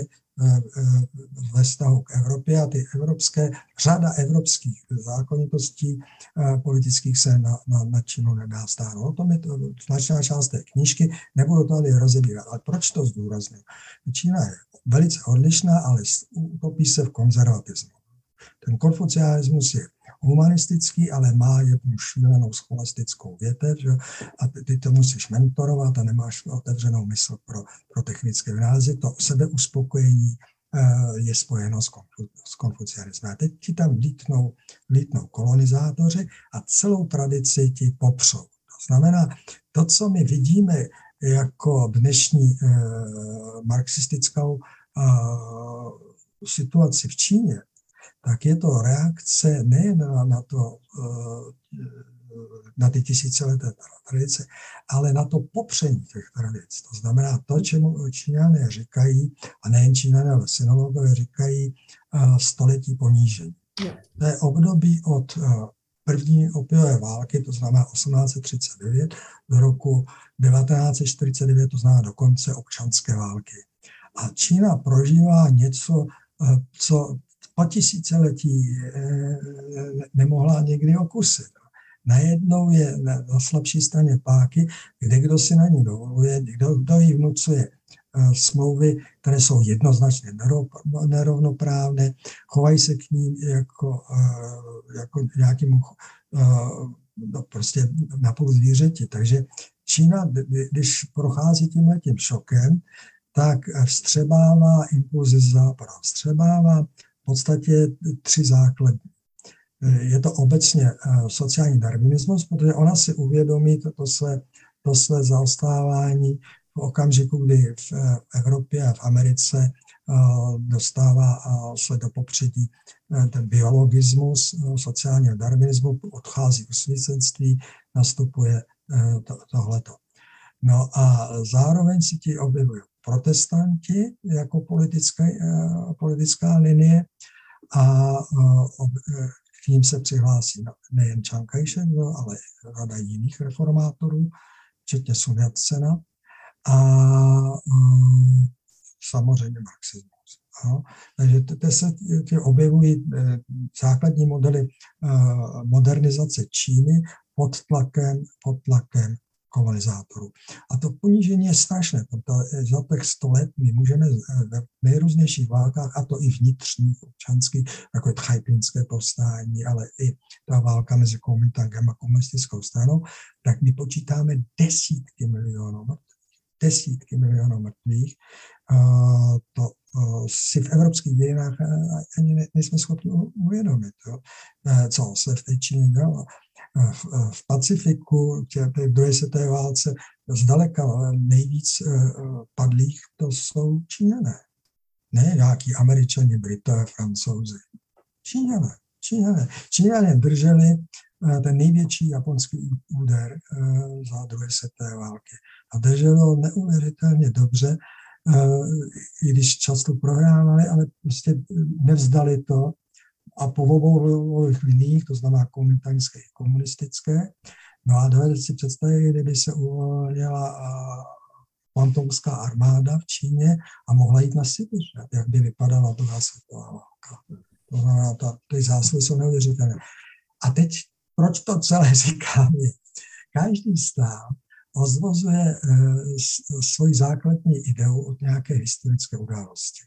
ve vztahu k Evropě a ty evropské, řada evropských zákonitostí politických se na, na, na Čínu nedá stáhnout. O tom je to značná část té knížky, nebudu to tady rozebírat. Ale proč to zdůrazňuji? Čína je velice odlišná, ale utopí se v konzervatismu. Ten konfucianismus je humanistický, ale má jednu šílenou scholastickou větev, že? A ty, ty to musíš mentorovat a nemáš otevřenou mysl pro, pro technické vynálezy. To sebeuspokojení uh, je spojeno s, konfu, s konfucianismem. A teď ti tam vlítnou, vlítnou kolonizátoři a celou tradici ti popřou. To znamená, to, co my vidíme jako dnešní uh, marxistickou uh, situaci v Číně, tak je to reakce nejen na, na, to, na ty tisícileté tradice, ale na to popření těch tradic. To znamená to, čemu Číňané říkají, a nejen Číňané, ale sinologové říkají století ponížení. To je období od první opiové války, to znamená osmnáct set třicet devět, do roku devatenáct set čtyřicet devět, to znamená do konce občanské války. A Čína prožívá něco, co po tisíciletí nemohla nikdy okusit. Najednou je na slabší straně páky, kde kdo si na ní dovoluje, kdo, kdo jí vnucuje smlouvy, které jsou jednoznačně nerovnoprávné, chovají se k ním jako, jako nějakým no prostě napůl zvířeti. Takže Čína, když prochází tímhletím šokem, tak vstřebává impulzy z západu. Vstřebává v podstatě tři základy. Je to obecně sociální darwinismus, protože ona si uvědomí to své, to své zaostávání v okamžiku, kdy v Evropě a v Americe dostává se do popředí ten biologismus sociálního darwinismu, odchází osvícenství, nastupuje to, tohleto. No a zároveň si ti objevují protestanti jako politická, politická linie a k ním se přihlásí nejen Chiang Kai-shek, ale řada jiných reformátorů, včetně Sun Yat-sena a um, samozřejmě marxismus. No. Takže to se tě objevují základní modely uh, modernizace Číny pod tlakem, pod tlakem kolonizátorů. A to ponížení je strašné, protože za těch sto let my můžeme v nejrůznějších válkách, a to i vnitřních, občanských, jako je tchajpinské povstání, ale i ta válka mezi Kuomintangem a komunistickou stranou, tak my počítáme desítky milionů mrtvých. Desítky milionů mrtvých. Uh, to uh, si v evropských dějinách ani ne, nejsme schopni uvědomit, jo. Uh, co se v té Číně dělalo. V Pacifiku, v druhé světové válce, zdaleka nejvíc padlých to jsou Číňané. Ne nějaký Američani, Britové, Francouzi. Číňané. Číňané. Číňané drželi ten největší japonský úder za druhé světové války. A drželi ho neuvěřitelně dobře, i když často prohrávali, ale prostě nevzdali to. A po obou liniích, to znamená komunitánské i komunistické. No a dovedete si představit, kdyby se uvolnila kvantongská armáda v Číně a mohla jít na Sibiř, jak by vypadala druhá světová válka. To znamená, ta, ty zásluhy jsou neuvěřitelné. A teď, proč to celé říkám, je, každý stát odvozuje e, svoji základní ideu od nějaké historické události.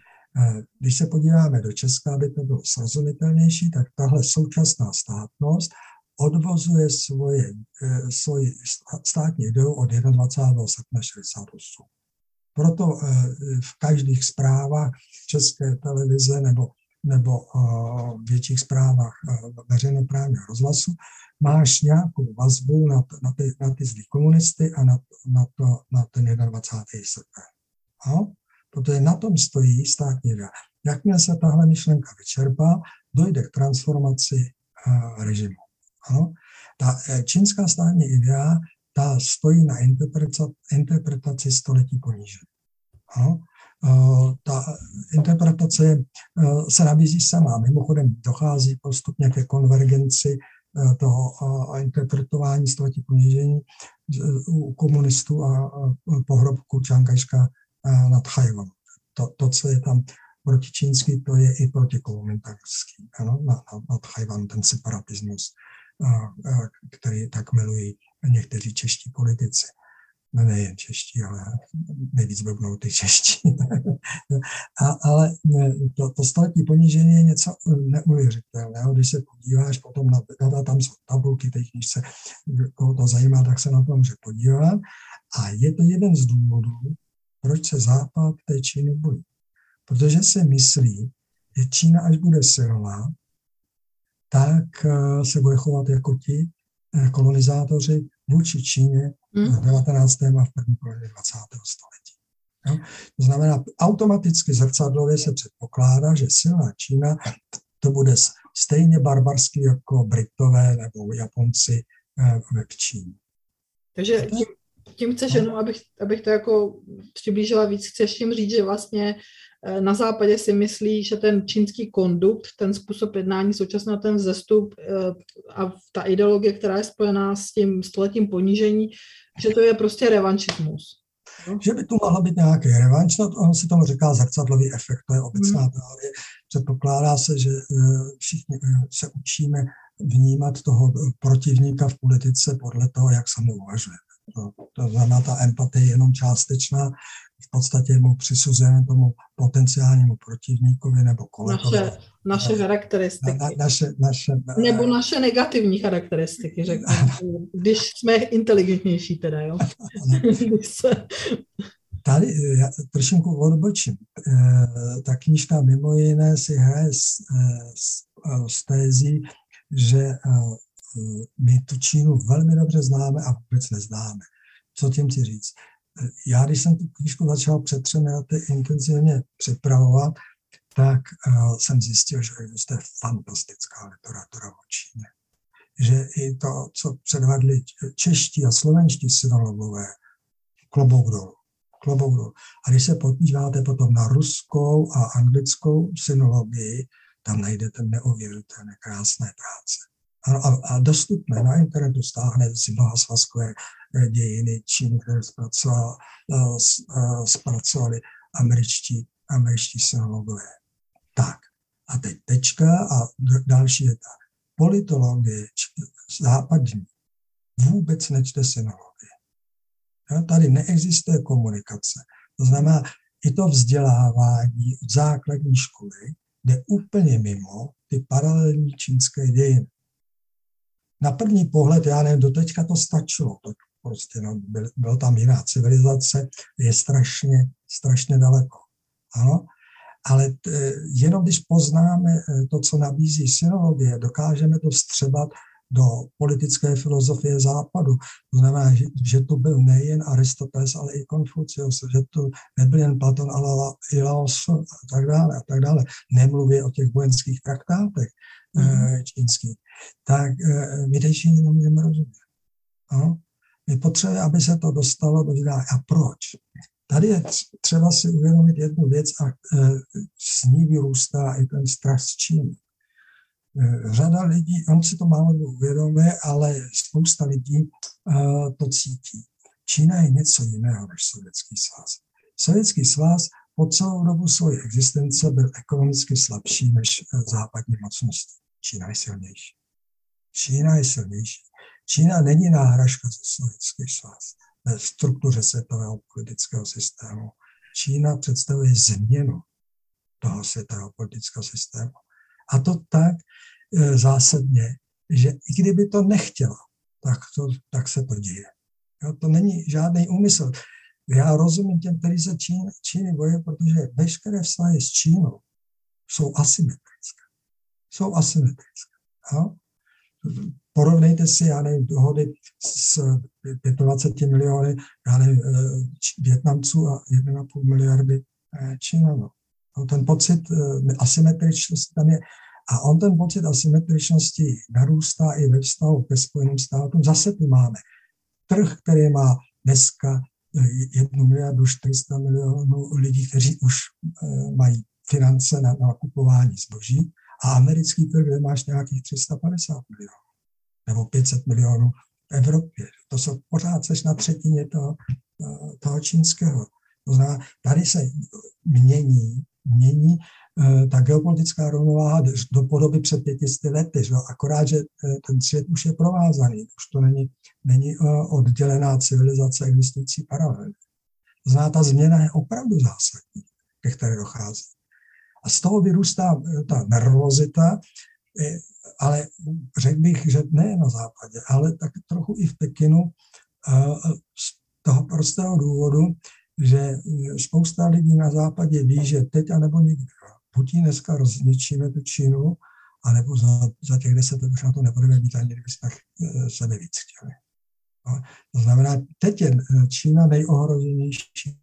Když se podíváme do Česka, aby to bylo srozumitelnější, tak tahle současná státnost odvozuje svoje, svoji státní ideu od dvacátého prvního srpna šedesát osm. Proto v každých zprávách České televize nebo, nebo v větších zprávách veřejnoprávního rozhlasu máš nějakou vazbu na, na, ty, na ty zlý komunisty a na, na, to, na ten dvacátého prvního srpna. No? Protože na tom stojí státní idea. Jakmile se tahle myšlenka vyčerpá, dojde k transformaci uh, režimu. Ano? Ta čínská státní idea, ta stojí na interpretaci, interpretaci století ponížení. Ano? Uh, ta interpretace uh, se nabízí sama. Mimochodem dochází postupně ke konvergenci uh, toho uh, interpretování století ponížení uh, u komunistů a uh, pohrobku Chiang Kai-sheka nad Tchaj-wan. To, to, co je tam protičínský, to je i protikomunistský, ano, na, na, na Tchaj-wan, ten separatismus, a, a, který tak milují někteří čeští politici. No nejen čeští, ale nejvíc blbnou ty čeští. a, ale to, to století ponížení je něco neuvěřitelného. Když se podíváš potom na, na tam jsou tabulky té knížce, koho to zajímá, tak se na to může podívat. A je to jeden z důvodů, proč se Západ té Číny bojí. Protože se myslí, že Čína, až bude silná, tak se bude chovat jako ti kolonizátoři vůči Číně v devatenáctém a v první polovině dvacátého století. Jo? To znamená, automaticky zrcadlově se předpokládá, že silná Čína to bude stejně barbarský jako Britové nebo Japonci v Číně. Takže tím chceš jenom, abych, abych to jako přiblížila víc, chceš tím říct, že vlastně na západě si myslí, že ten čínský kondukt, ten způsob jednání současného, ten vzestup a ta ideologie, která je spojená s tím stoletím ponížení, že to je prostě revanšismus. No? Že by tu mohla být nějaký revanš, no, on se tomu říká zrcadlový efekt, to je obecná hmm. teorie. Předpokládá se, že všichni se učíme vnímat toho protivníka v politice podle toho, jak sami uvažuje. To, to znamená, ta empatie je jenom částečná, v podstatě mu přisuzujeme tomu potenciálnímu protivníkovi nebo kolegovi. Naše, naše charakteristiky. Na, na, naše, naše, nebo naše negativní charakteristiky, řekněme, když jsme inteligentnější teda, jo. Tady, já trošinku odbočím. Ta knížka mimo jiné si hraje s, s, s tézí, že my tu Čínu velmi dobře známe a vůbec neznáme. Co tím chci říct? Já, když jsem tu knížku začal před třemi lety intenzivně připravovat, tak uh, jsem zjistil, že existuje fantastická literatura o Číně. Že i to, co předvedli čeští a slovenští sinologové, klobouk dolů. Klobouk dolů. A když se podíváte potom na ruskou a anglickou sinologii, tam najdete neuvěřitelné krásné práce. A, a dostupné na internetu stáhne si mnoha svazkové dějiny Číny, které zpracoval, zpracovali američtí, američtí sinologové. Tak, a teď tečka a další je ta. Politologie západní vůbec nečte sinologie. Jo, tady neexistuje komunikace. To znamená, i to vzdělávání od základní školy jde úplně mimo ty paralelní čínské dějiny. Na první pohled, já nevím, doteďka to stačilo. To prostě, no, byl, byla tam jiná civilizace, je strašně, strašně daleko. Ano? Ale t, jenom když poznáme to, co nabízí sinologie, dokážeme to vstřebat do politické filozofie západu. To znamená, že, že to byl nejen Aristoteles, ale i Konfucius, že to nebyl jen Platon, ale i Laosu a tak dále a tak dále. Nemluvě o těch vojenských traktátech mm. čínských. Tak my teď Číně nemůžeme rozumět. No? My potřebujeme, aby se to dostalo do výdání. A proč? Tady je třeba si uvědomit jednu věc a s ní vyrůstá i ten strach z Číny. Řada lidí, on si to málo uvědomuje, ale spousta lidí uh, to cítí. Čína je něco jiného než Sovětský svaz. Sovětský svaz po celou dobu své existence byl ekonomicky slabší než západní mocnosti. Čína je silnější. Čína je silnější. Čína není náhražka za Sovětský svaz ve struktuře světového politického systému. Čína představuje změnu toho světového politického systému. A to tak e, zásadně, že i kdyby to nechtěla, tak, to, tak se to děje. Jo, to není žádný úmysl. Já rozumím těm, kteří se Číny, Číny bojí, protože veškeré vztahy s Čínou jsou asymetrické. Jsou asymetrické. Jo? Porovnejte si, já nevím, dohody s dvacet pět miliony, já nevím, Vietnamců a jedna celá pět miliardy Číňanů. No, ten pocit asymetričnosti tam je. A on ten pocit asymetričnosti narůstá i ve vztahu ke Spojeným státům. Zase tu máme trh, který má dneska jednu miliardu čtyři sta milionů lidí, kteří už mají finance na nakupování zboží, a americký trh, kde máš nějakých tři sta padesát milionů nebo pět set milionů v Evropě. To jsou pořád seš na třetině toho, toho čínského. To znamená, tady se mění, mění uh, ta geopolitická rovnováha do podoby před pětisty lety, že? Akorát, že ten svět už je provázaný, už to není, není uh, oddělená civilizace existující paralelně. To znamená, ta změna je opravdu zásadní, ke které dochází. A z toho vyrůstá uh, ta nervozita, eh, ale řekl bych, že ne na západě, ale tak trochu i v Pekinu uh, z toho prostého důvodu, že spousta lidí na západě ví, že teď anebo nikdy. Buď dneska rozničíme tu Čínu, anebo za, za těch deset let už na to nebudeme mít ani, kdybychom sebe víc chtěli. No, to znamená, teď je Čína nejohroženější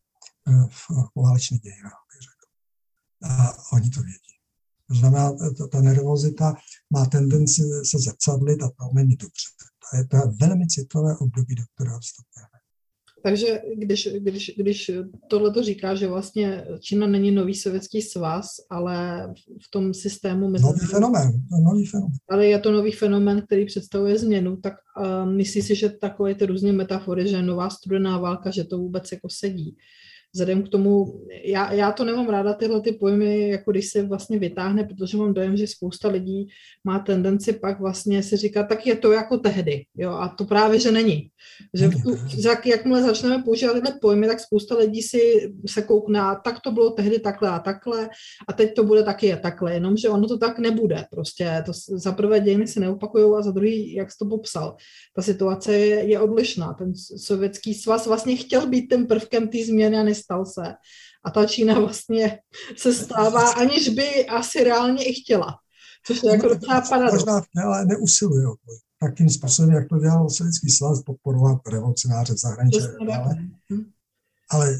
v poválečných dějinách, bych řekl. A oni to vědí. To znamená, ta, ta nervozita má tendenci se zrcadlit a to není dobře. To je, to je velmi citlivé období, do kterého vstupujeme. Takže když, když, když tohleto říká, že vlastně Čína není nový sovětský svaz, ale v tom systému... Nový fenomén, nový fenomén. Ale je to nový fenomén, který představuje změnu, tak uh, myslí si, že takové ty různé metafory, že nová studená válka, že to vůbec jako sedí. Vzhledem k tomu, já, já to nemám ráda tyhle ty pojmy, jako když se vlastně vytáhne, protože mám dojem, že spousta lidí má tendenci pak vlastně si říkat, tak je to jako tehdy, jo, a to právě, že není. Že v tu, jak, jakmile začneme používat tyhle pojmy, tak spousta lidí si se koukne, tak to bylo tehdy takhle a takhle a teď to bude taky a takhle, jenomže ono to tak nebude, prostě to za prvé dějiny se neopakujou a za druhý, jak jsi to popsal, ta situace je, je odlišná, ten sovětský svaz vlastně chtěl být tím prvkem té změny a nestal se. A ta Čína vlastně se stává, aniž by asi reálně i chtěla. Což je jako docela paradox. Možná chtěla, ale neusiluje o to. Takým způsobem, jak to dělal Sovětský svaz, podporovat revolucionáře v zahraničí. Ale, ale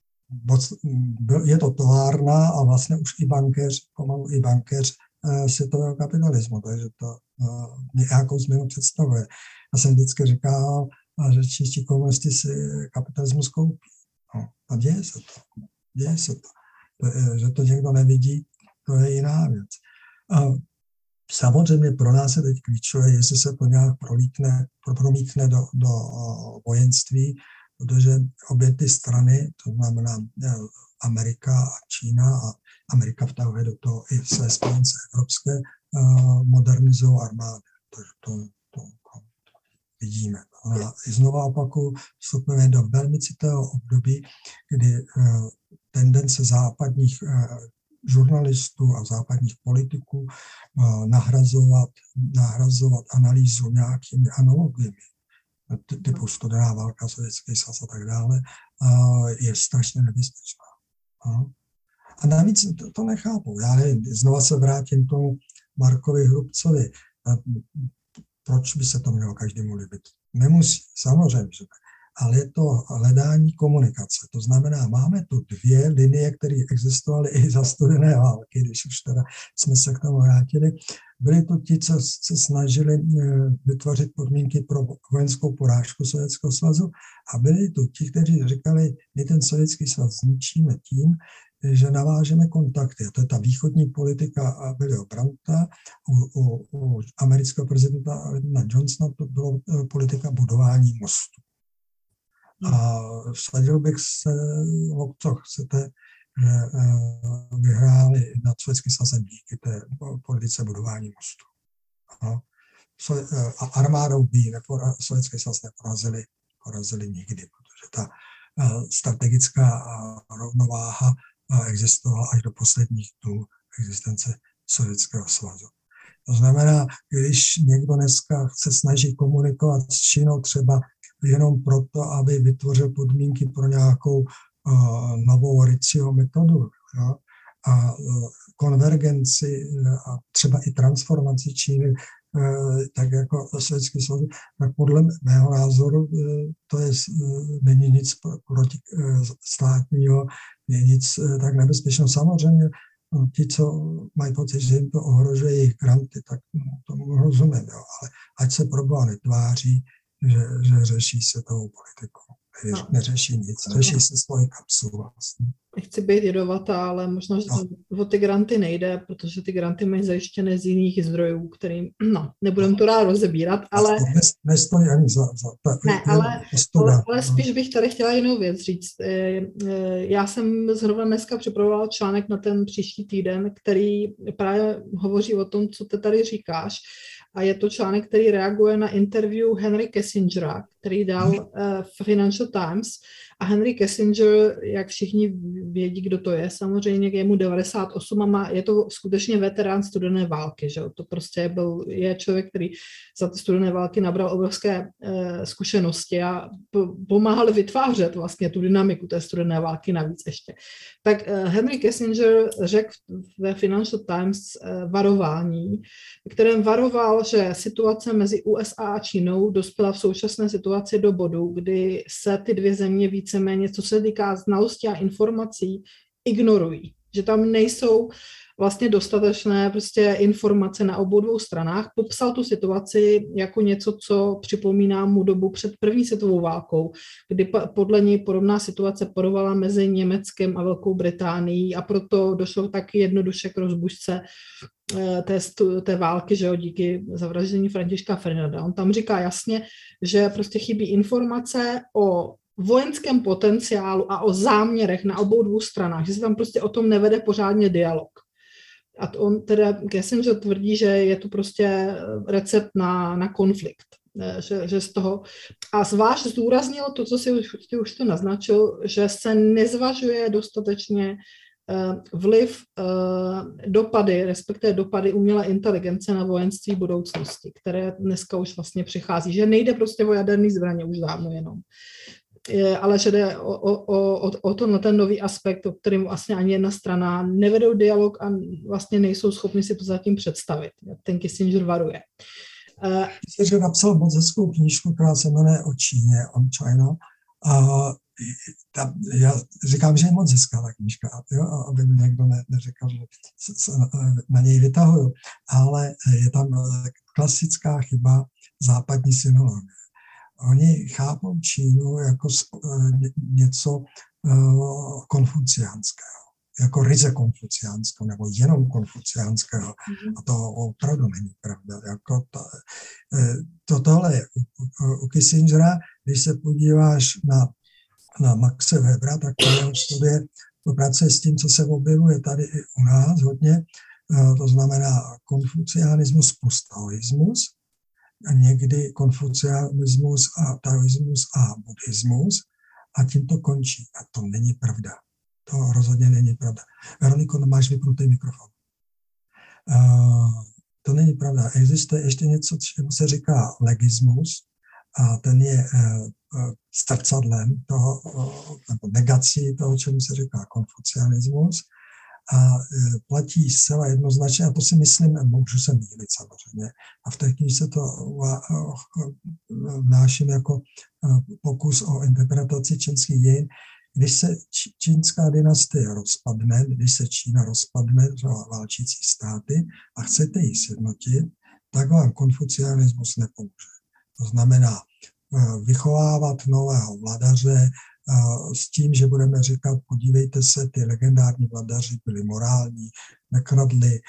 je to továrna a vlastně už i bankéř, pomalu i bankéř světového kapitalismu, takže to nějakou změnu představuje. Já jsem vždycky říkal, že čistí komunisti si kapitalismus koupí. No, a děje se to. Děje se to. to. Že to někdo nevidí, to je jiná věc. A samozřejmě pro nás je teď klíčové, jestli se to nějak prolítne, promítne do, do vojenství, protože obě ty strany, to znamená Amerika a Čína, a Amerika vtahuje do toho i své spojence evropské, modernizují armády. Takže to, to, to vidíme. A znovu opakuju, vstupujeme do velmi citlivého období, kdy tendence západních žurnalistů a západních politiků nahrazovat, nahrazovat analýzu nějakými analogiemi, typu studená válka, Sovětský svaz a tak dále, je strašně nebezpečná. A navíc to, to nechápu. Já nevím, znova se vrátím k tomu Markovi Hrubcovi. Proč by se to mělo každému líbit? Nemusí, samozřejmě, že ne. Ale je to hledání komunikace. To znamená, máme tu dvě linie, které existovaly i za studené války, když už teda jsme se k tomu vrátili. Byli to ti, co se snažili vytvořit podmínky pro vojenskou porážku Sovětského svazu, a byli to ti, kteří říkali, my ten Sovětský svaz zničíme tím, že navážeme kontakty. A to je ta východní politika Billyho Brandta, u, u, u amerického prezidenta Johnsona to bylo politika budování mostu. A vsadil bych se, o co chcete, že vyhráli nad Sovětským svazem díky té politice budování mostu. A armádou by Sovětský svaz neporazili, porazili nikdy, protože ta strategická rovnováha existovala až do posledních dnů existence Sovětského svazu. To znamená, když někdo dneska chce snažit komunikovat s Čínou třeba jenom proto, aby vytvořil podmínky pro nějakou uh, novou Ricciho metodu, jo? A uh, konvergenci a třeba i transformaci Číny, uh, tak jako Sovětský svaz, tak podle mého názoru uh, to je, uh, není nic proti uh, státního, je nic uh, tak nebezpečného. Samozřejmě uh, ti, co mají pocit, že jim to ohrožuje jejich granty, tak no, tomu rozumím, jo? Ale ať se proboha netváří, Že, že řeší světovou politiku. No. Neřeší nic, řeší se svoji kapsu vlastně. Nechci být jedovatá, ale možná, že no. o ty granty nejde, protože ty granty mají zajištěné z jiných zdrojů, kterým, no, nebudem to rád rozebírat, ale... Nestojí ani za... za ta, ne, ale, ale, ale spíš bych tady chtěla jinou věc říct. Já jsem zhruba dneska připravovala článek na ten příští týden, který právě hovoří o tom, co ty tady říkáš. A je to článek, který reaguje na interview Henry Kissingera, který dal uh, Financial Times. A Henry Kissinger, jak všichni vědí, kdo to je, samozřejmě je mu devadesát osm a má, je to skutečně veterán studené války. Že? To prostě byl, je člověk, který za ty studené války nabral obrovské uh, zkušenosti a pomáhal vytvářet vlastně tu dynamiku té studené války navíc ještě. Tak uh, Henry Kissinger řekl ve Financial Times uh, varování, kterém varoval, že situace mezi U S A a Čínou dospěla v současné situaci do bodu, kdy se ty dvě země víceméně, co se týká znalosti a informací, ignorují. že tam nejsou vlastně dostatečné prostě informace na obou dvou stranách. Popsal tu situaci jako něco, co připomíná mu dobu před první světovou válkou, kdy podle něj podobná situace panovala mezi Německem a Velkou Británií a proto došlo taky jednoduše k rozbušce té, té války, že jo, díky zavraždění Františka Ferdinanda. On tam říká jasně, že prostě chybí informace o vojenském potenciálu a o záměrech na obou dvou stranách, že se tam prostě o tom nevede pořádně dialog. A on teda, Kissinger tvrdí, že je to prostě recept na, na konflikt. Že, že z toho, a zvlášť zdůraznil to, co si už, už to naznačil, že se nezvažuje dostatečně vliv, dopady, respektive dopady umělé inteligence na vojenství budoucnosti, které dneska už vlastně přichází. Že nejde prostě o jaderné zbraně už dávno jenom. Ale že jde o, o, o, o to na ten nový aspekt, o kterým vlastně ani jedna strana nevedou dialog a vlastně nejsou schopni si to zatím představit. Ten Kissinger varuje. Kissinger napsal moc hezkou knížku, která se jmenuje O Číně, On China. A ta, já říkám, že je moc hezká ta knížka, jo, aby mi někdo ne, neřekl, že se na něj vytahuju. Ale je tam klasická chyba západní synologie. Oni chápou Čínu jako něco konfuciánského, jako ryze konfuciánského, nebo jenom konfuciánského. A to opravdu není pravda. Jako to, to tohle je u, u Kissingera, když se podíváš na, na Maxe Webera, tak to jeho studie pracuje s tím, co se objevuje tady i u nás hodně, to znamená konfucianismus plus taoismus, a někdy konfucianismus a taoismus a buddhismus a tím to končí. A to není pravda. To rozhodně není pravda. Veroniko, máš vypnutý mikrofon. Uh, to není pravda. Existuje ještě něco, čemu se říká legismus a ten je uh, zrcadlem toho, uh, nebo negací toho, čemu se říká konfucianismus. A platí zcela jednoznačně, a to si myslím, můžu se mýlit samozřejmě. A v té knižce to vnáším jako pokus o interpretaci čínských dějin. Když se čínská dynastie rozpadne, když se Čína rozpadne, válčící státy, a chcete ji sjednotit, tak vám konfucianismus nepomůže. To znamená vychovávat nového vladaře, s tím, že budeme říkat, podívejte se, ty legendární vladaři byli morální, nekradli,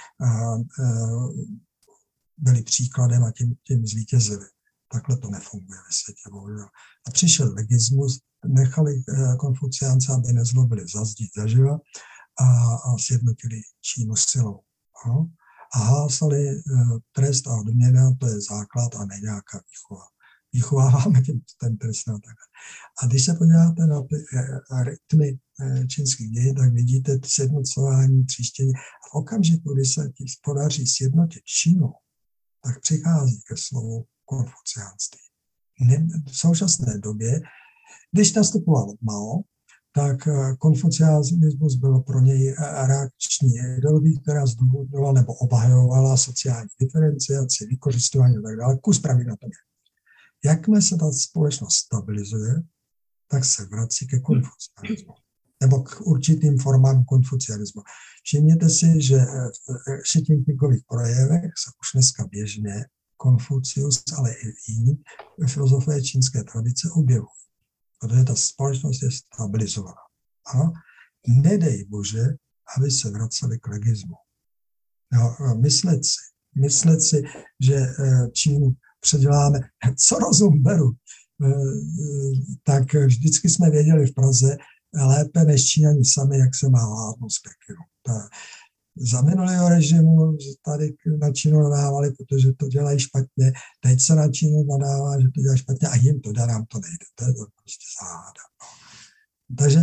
byli příkladem a tím, tím zvítězili. Takhle to nefunguje ve světě. A přišel legismus, nechali konfuciánce, aby nezlobili zazdít zaživa a, a sjednotili Čínu silou. A hlásali trest a odměna, to je základ a ne nějaká výchova. Vychováváme ten trest. A když se podíváte na ty rytmy čínských dějin, tak vidíte sjednocování, tříštění. A v okamžiku, kdy se ti podaří sjednotit Čínu, tak přichází ke slovu konfuciánství. V současné době, když nastupoval Mao, tak konfucianismus bylo pro něj reakční ideologií, která zdůvodňovala nebo obhajovala sociální diferenciaci, vykořistování a tak dále. Kus pravý na tom je. Jakmile se ta společnost stabilizuje, tak se vrací ke konfucianismu. Nebo k určitým formám konfucianismu. Všimněte si, že v Xi Jinpingových projevech se už dneska běžně Konfucius, ale i jiní filozofové čínské tradice objevují. Protože ta společnost je stabilizovaná. A nedej Bože, aby se vraceli k legismu. No, myslet si, myslet si, že Čínu předěláme, co rozum beru, tak vždycky jsme věděli v Praze lépe než Číňani sami, jak se má vládnout z Pekingu. Za minulého režimu tady na Čínu nadávali, protože to dělají špatně, teď se na Čínu nadává, že to dělají špatně a jim to dá, nám to nejde. To je to prostě záhada. Takže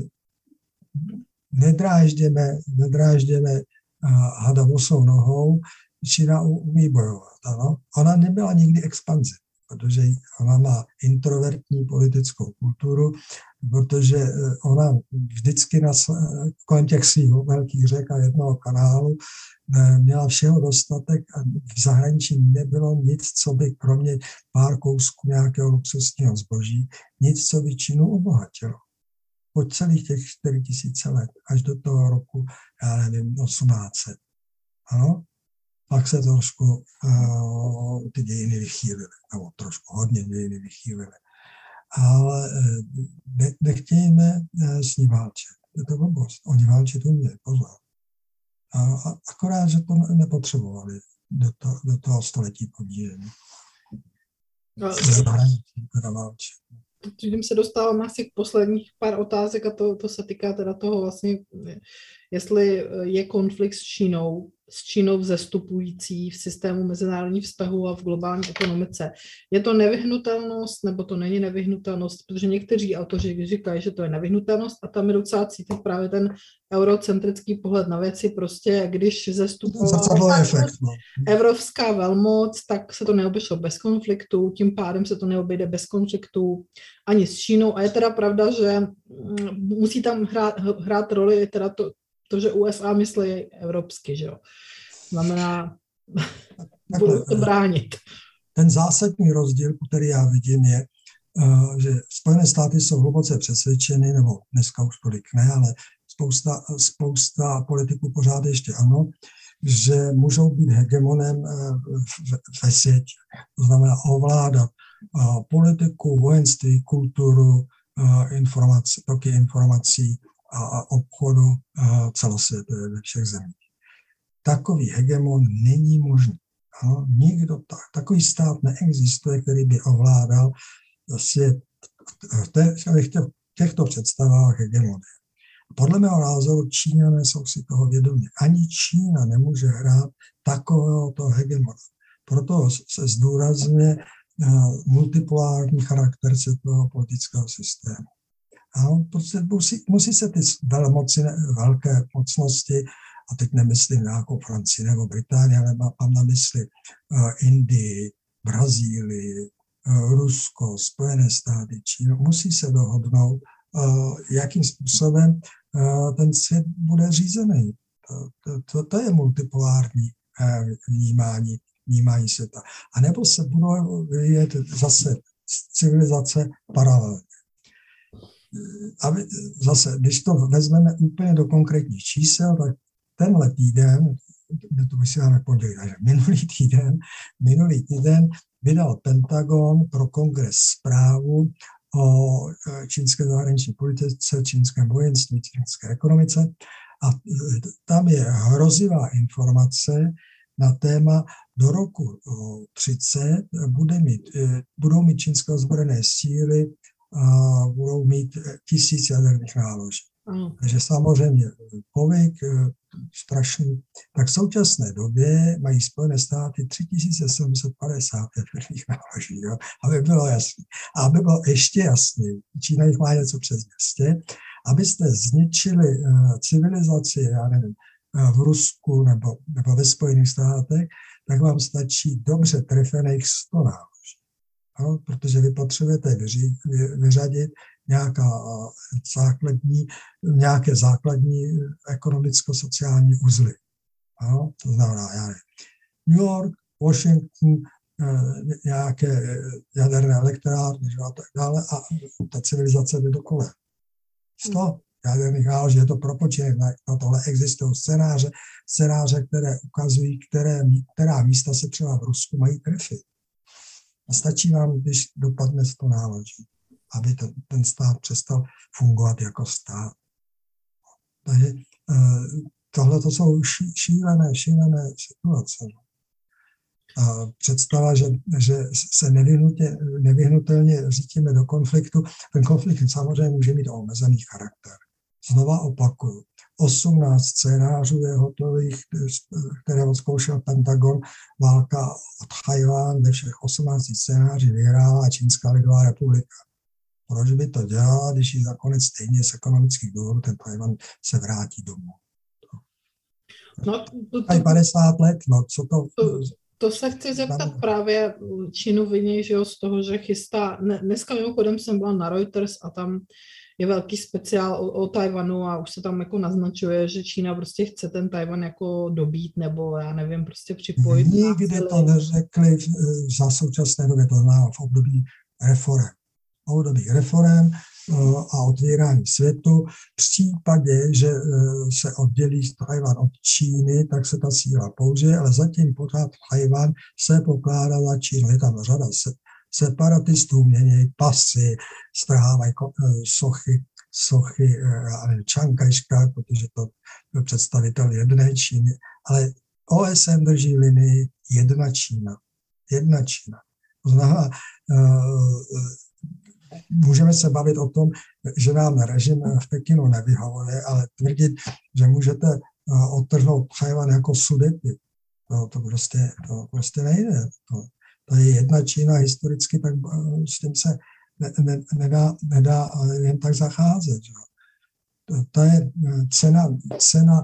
nedrážděme, nedrážděme hada bosou nohou, Čína umí bojovat. Ano? Ona nebyla nikdy expanze, protože ona má introvertní politickou kulturu, protože ona vždycky na, kolem těch svých velkých řek a jednoho kanálu měla všeho dostatek a v zahraničí nebylo nic, co by kromě pár kousků nějakého luxusního zboží, nic, co by Čínu obohatilo. po celých těch čtyři tisíce let, až do toho roku, já nevím, osmnáct set. Ano? Pak se trošku uh, ty dějiny vychýlily, nebo trošku hodně dějiny vychýlily. Ale ne, nechtějme s ní válčit. Je to blbost. Oni válčit umějí, pozor. A, a akorát, že to nepotřebovali do, to, do toho století podílení. No, tím se dostáváme asi k posledních pár otázek a to, to se týká teda toho vlastně, jestli je konflikt s Čínou, s Čínou vzestupující v systému mezinárodních vztahů a v globální ekonomice. Je to nevyhnutelnost, nebo to není nevyhnutelnost, protože někteří autoři říkají, že to je nevyhnutelnost a tam je docela cítit právě ten eurocentrický pohled na věci, prostě když zestupovala evropská velmoc, tak se to neobešlo bez konfliktu, tím pádem se to neobejde bez konfliktu ani s Čínou a je teda pravda, že musí tam hrát, hrát roli teda to, to, že U S A myslí evropsky, že jo. Znamená, budou to bránit. Ten zásadní rozdíl, který já vidím, je, že Spojené státy jsou hluboce přesvědčeny, nebo dneska už tolik ne, ale spousta, spousta politiků pořád ještě ano, že můžou být hegemonem ve světě. To znamená ovládat politiku, vojenství, kulturu, informace, toky informací a obchodu celosvětově ve všech zemích. Takový hegemon není možný. Ano, nikdo tak, takový stát neexistuje, který by ovládal svět v, té, v těchto představách hegemonie. Podle mého názoru Číňané jsou si toho vědomi. Ani Čína nemůže hrát takovéhoto hegemona. Proto se zdůrazňuje multipolární charakter světového politického systému. Ano, prostě musí, musí se ty velmoci, velké mocnosti, a teď nemyslím nějakou Francii nebo Británii, ale mám na mysli uh, Indii, Brazílii, uh, Rusko, Spojené státy, Čínu, musí se dohodnout, uh, jakým způsobem uh, ten svět bude řízený. To, to, to, to je multipolární uh, vnímání, vnímání světa. A nebo se budou vyvíjet zase civilizace paralelně. Aby zase, když to vezmeme úplně do konkrétních čísel, tak tenhle týden, to vysíláme pondělí, takže minulý týden, minulý týden vydal Pentagon pro kongres zprávu o čínské zahraniční politice, čínském vojenství, čínské ekonomice a tam je hrozivá informace na téma do roku třicet bude mít, budou mít čínské ozbrojené síly a budou mít tisíc jaderných náloží. Mm. Takže samozřejmě povyk strašný. Tak v současné době mají Spojené státy tři tisíce sedm set padesát jaderných náloží, jo? Aby bylo jasné. A aby bylo ještě jasný, Čína jich má něco přes dvě stě, abyste zničili uh, civilizaci, já nevím, uh, v Rusku nebo, nebo ve Spojených státech, tak vám stačí dobře trefených sto náloží. No, protože vy potřebujete vyři, vy, vyřadit nějaká základní, nějaké základní ekonomicko-sociální uzly. No, to znamená, já nevím, New York, Washington, nějaké jaderné elektrárny a tak dále a ta civilizace jde do kole. sto jaderných náloží, je to propočítané, na tohle existují scénáře, scénáře, které ukazují, které, která místa se třeba v Rusku mají trefit. A stačí vám, když dopadne sto náloží, aby ten, ten stát přestal fungovat jako stát. Takže tohle to jsou ší, šílené, šílené situace. A představa, že, že se nevyhnutelně řítíme do konfliktu, ten konflikt samozřejmě může mít omezený charakter. Znova opakuju, osmnáct scénářů je hotových, které odzkoušel Pentagon, válka od Tchaj-wan, ve všech osmnácti scénářích vyhrála Čínská lidová republika. Proč by to dělala, když ji nakonec stejně z ekonomických důvodů ten Tchaj-wan se vrátí domů? No, to, to, padesát let, no co to... to... To se chci zeptat tam... právě Čínu viní, že jo, z toho, že chystá... Ne, dneska mimochodem jsem byla na Reuters a tam je velký speciál o, o Tajvanu a už se tam jako naznačuje, že Čína prostě chce ten Tajvan jako dobít nebo já nevím, prostě připojit. Nikdy to neřekli za současné době, to znamená v období reform. dlouhodobých reform a otvírání světu. V případě, že se oddělí Tchaj-wan od Číny, tak se ta síla použije, ale zatím pořád Tchaj-wan se pokládá za Čínu. Je tam řada separatistů, mění pasy, strhávají sochy, sochy Chiang Kai-ška, protože to byl představitel jedné Číny, ale O S N drží linii jedna Čína. Jedna Čína. To znamená, můžeme se bavit o tom, že nám režim v Pekinu nevyhovuje, ale tvrdit, že můžete odtrhnout Tchaj-wan jako Sudety, to, to, prostě, to prostě nejde. To, to je jedna Čína historicky, tak s tím se ne, ne, nedá, nedá jen tak zacházet. Že? To, to je cena, cena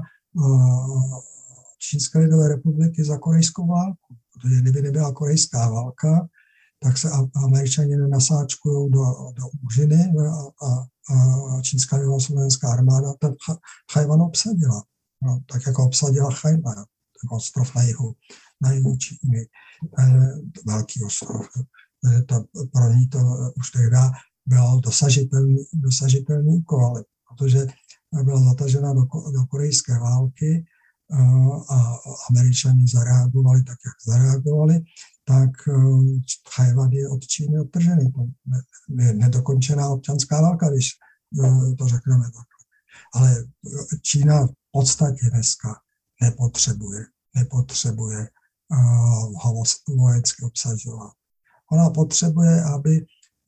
Čínské lidové republiky za korejskou válku. Protože kdyby nebyla korejská válka, tak se Američani nenasáčkují do, do úžiny a, a, a čínská lidovoslovenská armáda ten Tchaj-wan obsadila. No, tak jako obsadila Hainan, ten ostrov na jihu, na jihu Číny, velký ostrov. To, pro ní to už tehdy bylo dosažitelný, dosažitelný úkol, protože byla zatažena do, do korejské války a Američani zareagovali tak, jak zareagovali, tak Tchaj-wan je od Číny odtržený. To je nedokončená občanská válka, když to řekneme takhle. Ale Čína v podstatě dneska nepotřebuje, nepotřebuje ho vojensky obsazovat. Ona potřebuje, aby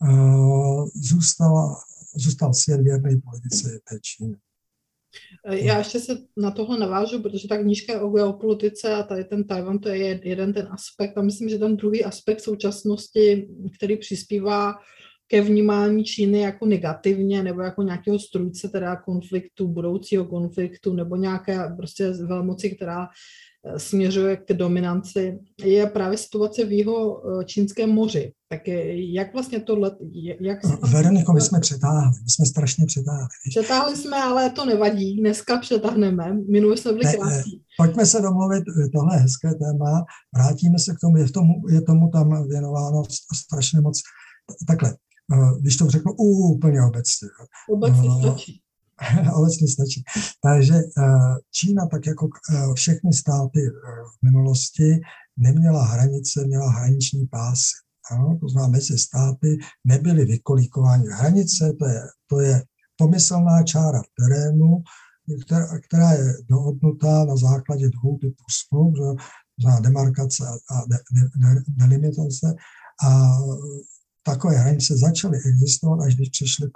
zůstala, zůstal svět věrný politice té Číny. Já ještě se na tohle navážu, protože ta knížka je o geopolitice a tady ten Tajvan, to je jeden ten aspekt a myslím, že ten druhý aspekt současnosti, který přispívá ke vnímání Číny jako negativně nebo jako nějakého strůjce teda konfliktu, budoucího konfliktu nebo nějaké prostě velmoci, která směřuje k dominanci, je právě situace v jeho Čínském moři. Tak jak vlastně tohle... Jak Veroniko, my jsme přetáhli, my jsme strašně přetáhli. Přetáhli jsme, ale to nevadí, dneska přetáhneme, minule jsme byli krátcí. Pojďme se domluvit, tohle hezké téma, vrátíme se k tomu, je, v tomu, je tomu tam věnováno strašně moc. Takhle, když to řeknu úplně obecně. Obecně stačí. Obecně stačí. Takže Čína, tak jako všechny státy v minulosti, neměla hranice, měla hraniční pásy. Ano, to znamená, mezi státy nebyly vykolíkovány hranice, to je, to je pomyslná čára v terénu, která, která je dohodnutá na základě dvou typů smluv, to znamená demarkace a de, de, de, delimitace. A takové hranice začaly existovat, až když přišly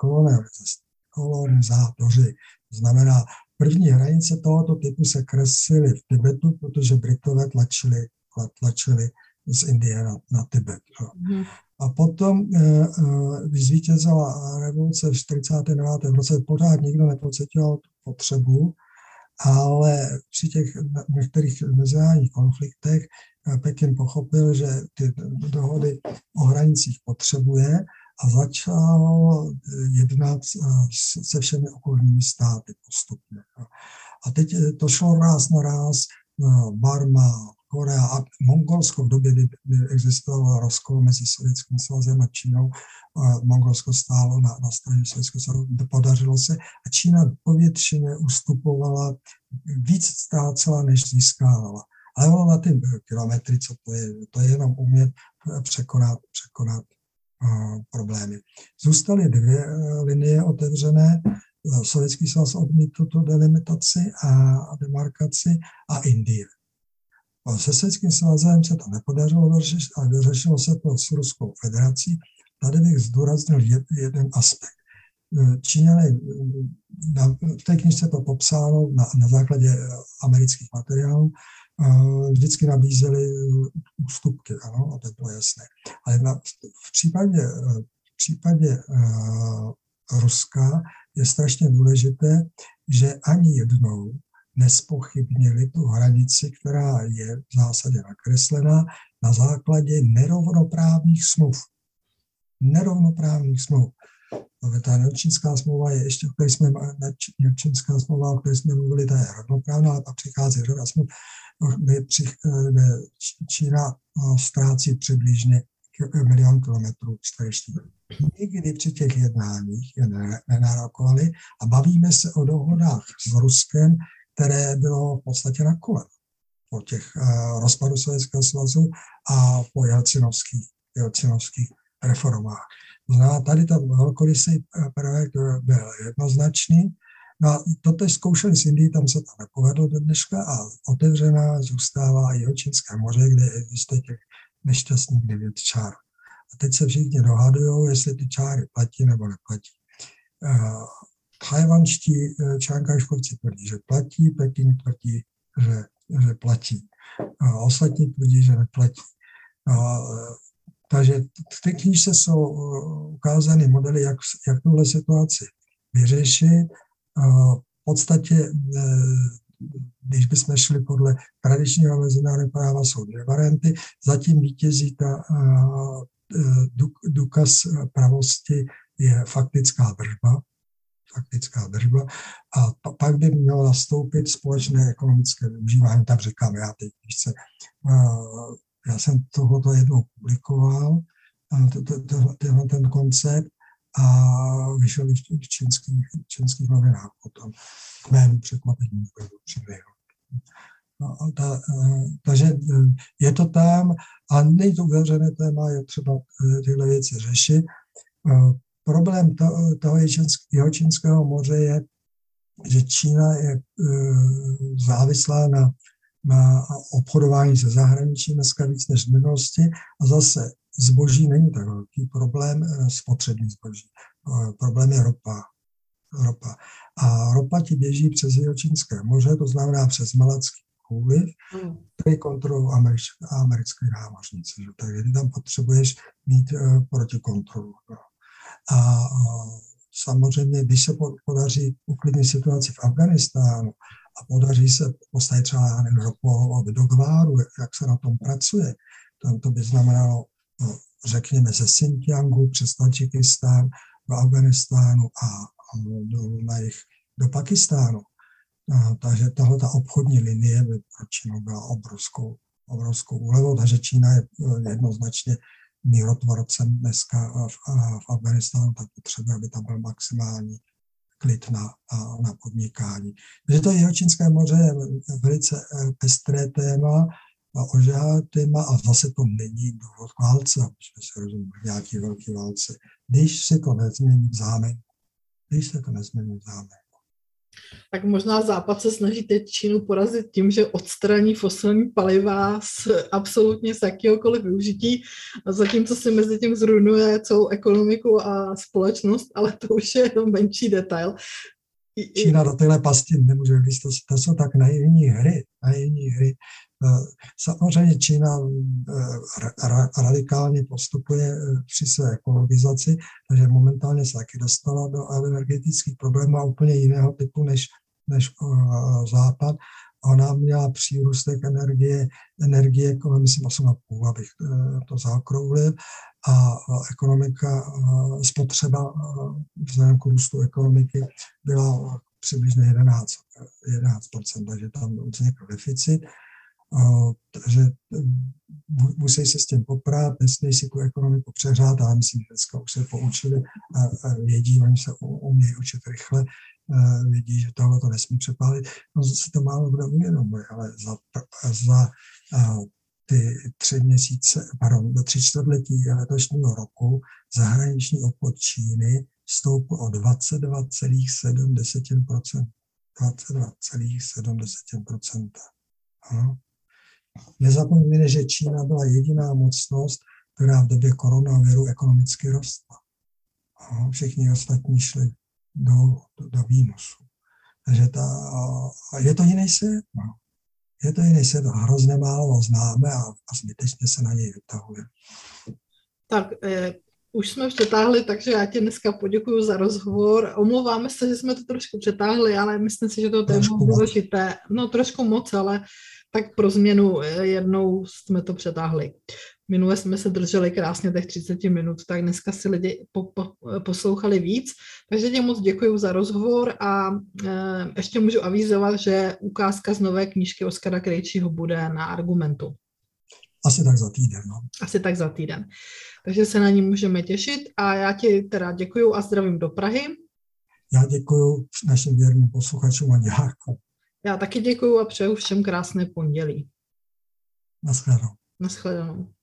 kolonizátoři. To znamená, první hranice tohoto typu se kreslily v Tibetu, protože Britové tlačili, tlačili z Indie na, na Tibet. Mm. A potom, když zvítězila revoluce v čtyřicátém devátém roce, pořád nikdo nepocitoval potřebu, ale při těch některých mezinárodních konfliktech Pekin pochopil, že ty dohody o hranicích potřebuje a začal jednat se všemi okolními státy postupně. A teď to šlo ráz na ráz, Barma, Korea a Mongolsko v době, kdy existoval rozkol mezi Sovětským svazem a Čínou. Mongolsko stálo na, na straně Sovětského svazu, podařilo se a Čína povětšině ustupovala, víc ztrácela, než získávala. Ale ono na ty kilometry, co to je, to je jenom umět překonat, překonat uh, problémy. Zůstaly dvě uh, linie otevřené, Sovětský svaz odmítl tu delimitaci a demarkaci a Indie. Se Sovětským svazem se to nepodařilo vyřešit, ale vyřešilo se to s Ruskou federací. Tady bych zdůraznil jeden aspekt. Číňané, v té knižce to popsáno na, na základě amerických materiálů, vždycky nabízeli ústupky, ano, a to bylo jasné. Ale na, v případě, v případě uh, Ruska je strašně důležité, že ani jednou nespochybnili tu hranici, která je v zásadě nakreslená na základě nerovnoprávných smluv. Nerovnoprávných smluv. Ta Němčínská smlouva je ještě, o které jsme, Němčínská smlouva, o které jsme mluvili, ta je rovnoprávná, ale pak přichází řada smluv, kde Čína ztrácí přibližně milion kilometrů čtverečních. Nikdy při těch jednáních je nenárokovali a bavíme se o dohodách s Ruskem, které bylo v podstatě na kole po těch uh, rozpadu Sovětského svazu a po jelcinovských, jelcinovských reformách. Znamená, tady ten velkorysý projekt byl jednoznačný. No a to teď zkoušeli s Indií, tam se to nepovedlo do dneška a otevřená zůstává i Jihočínské moře, kde existuje těch nešťastných devět čár. A teď se všichni dohadují, jestli ty čáry platí nebo neplatí. Uh, Tchajwanští čánkaškovci tvrdí, že platí, Peking tvrdí, že, že platí. Uh, ostatní tvrdí, že neplatí. Uh, takže v té knížce jsou ukázány modely, jak, jak tuhle situaci vyřešit. V podstatě, když bychom šli podle tradičního mezinárodního práva, jsou dvě varianty. Zatím vítězí ta důkaz pravosti je faktická držba. Faktická držba. A pak by mělo nastoupit společné ekonomické využívání. Tam říkám, já teď se Já jsem tohoto jednou publikoval, tenhle ten koncept, a vyšel v čínských, čínských novinách potom. K mému překvapení přibyl. No, ta, takže je to tam a není to uzavřené téma, je třeba tyhle věci řešit. Problém toho, toho Jihočínského moře je, že Čína je závislá na na obchodování se zahraničím dneska víc než v minulosti a zase zboží není tak velký problém, spotřební zboží. Problém je ropa. ropa. A ropa ti běží přes Jihočínské moře, to znamená přes Malacký průliv, který kontrolují americké, americké námořnice. Takže ty tam potřebuješ mít uh, protikontrolu. No. A uh, samozřejmě, když se podaří uklidnit situaci v Afghánistánu, a podaří se postavit třeba ropovod do Gváru, jak se na tom pracuje. Tam to by znamenalo, no, řekněme, ze Xinjiangu přes Tadžikistán do Afghánistánu a, a do, na jich, do Pakistánu. A, takže tahle ta obchodní linie by pro Čínu byla obrovskou, obrovskou úlevou, takže Čína je jednoznačně mírotvorcem dneska v, v Afghánistánu, tak potřebuje, aby tam byl maximální klid na, na podnikání. Takže to Jihočínské moře je velice pestré téma, ožehavé téma a zase to není důvod k válce, aby jsme se rozuměli nějaký velký válce, když se to nezmění v zámenku. Když se to nezmění v zámenku. Tak možná Západ se snaží teď Čínu porazit tím, že odstraní fosilní paliva z absolutně z jakéhokoliv využití, a zatímco si mezi tím zrujnuje celou ekonomiku a společnost, ale to už je jenom menší detail. Čína do téhle pasti nemůže vylít, to, to jsou tak naivní hry, naivní hry. Samozřejmě Čína radikálně postupuje při své ekologizaci, takže momentálně se taky dostala do energetických problémů a úplně jiného typu než, než Západ. Ona měla přírůstek energie, energie kolem, myslím, osm a půl, abych to zaokrouhlil, a ekonomika, spotřeba vzhledem k růstu ekonomiky byla přibližně jedenáct procent, takže tam vznikl deficit. Takže musí se s tím poprát, nesmí si tu ekonomiku přehrát, ale myslím, že dneska už se poučili a vědí, oni se umějí učit rychle, vědí, že tohle to nesmí přepálit. No zase to málo kdo uvědomuje, ale za, za ty tři měsíce, pardon, do tři čtvrtletí letošního roku zahraniční obchod Číny stoupl o dvacet dva celá sedm procenta. dvacet dva celá sedm procenta. Nezapomeňme, že Čína byla jediná mocnost, která v době koronaviru ekonomicky rostla. Všichni ostatní šli do, do, do výnosu. Takže ta, je to jiný svět. No. Je to jiný svět, hrozně málo známe a, a zbytečně se na něj vytahuje. Tak eh, už jsme přetáhli, takže já ti dneska poděkuju za rozhovor. Omlouváme se, že jsme to trošku přetáhli, ale myslím si, že to téma je důležité. No trošku moc, ale tak pro změnu jednou jsme to přetáhli. Minule jsme se drželi krásně těch třicet minut, tak dneska si lidi po, po, poslouchali víc. Takže ti moc děkuji za rozhovor a e, ještě můžu avizovat, že ukázka z nové knížky Oskara Krejčího bude na Argumentu. asi tak za týden. No. Asi tak za týden. Takže se na ní můžeme těšit a já ti teda děkuju a zdravím do Prahy. Já děkuju našim věrným posluchačům a divákům. Já taky děkuju a přeju všem krásné pondělí. Naschledanou. Naschledanou.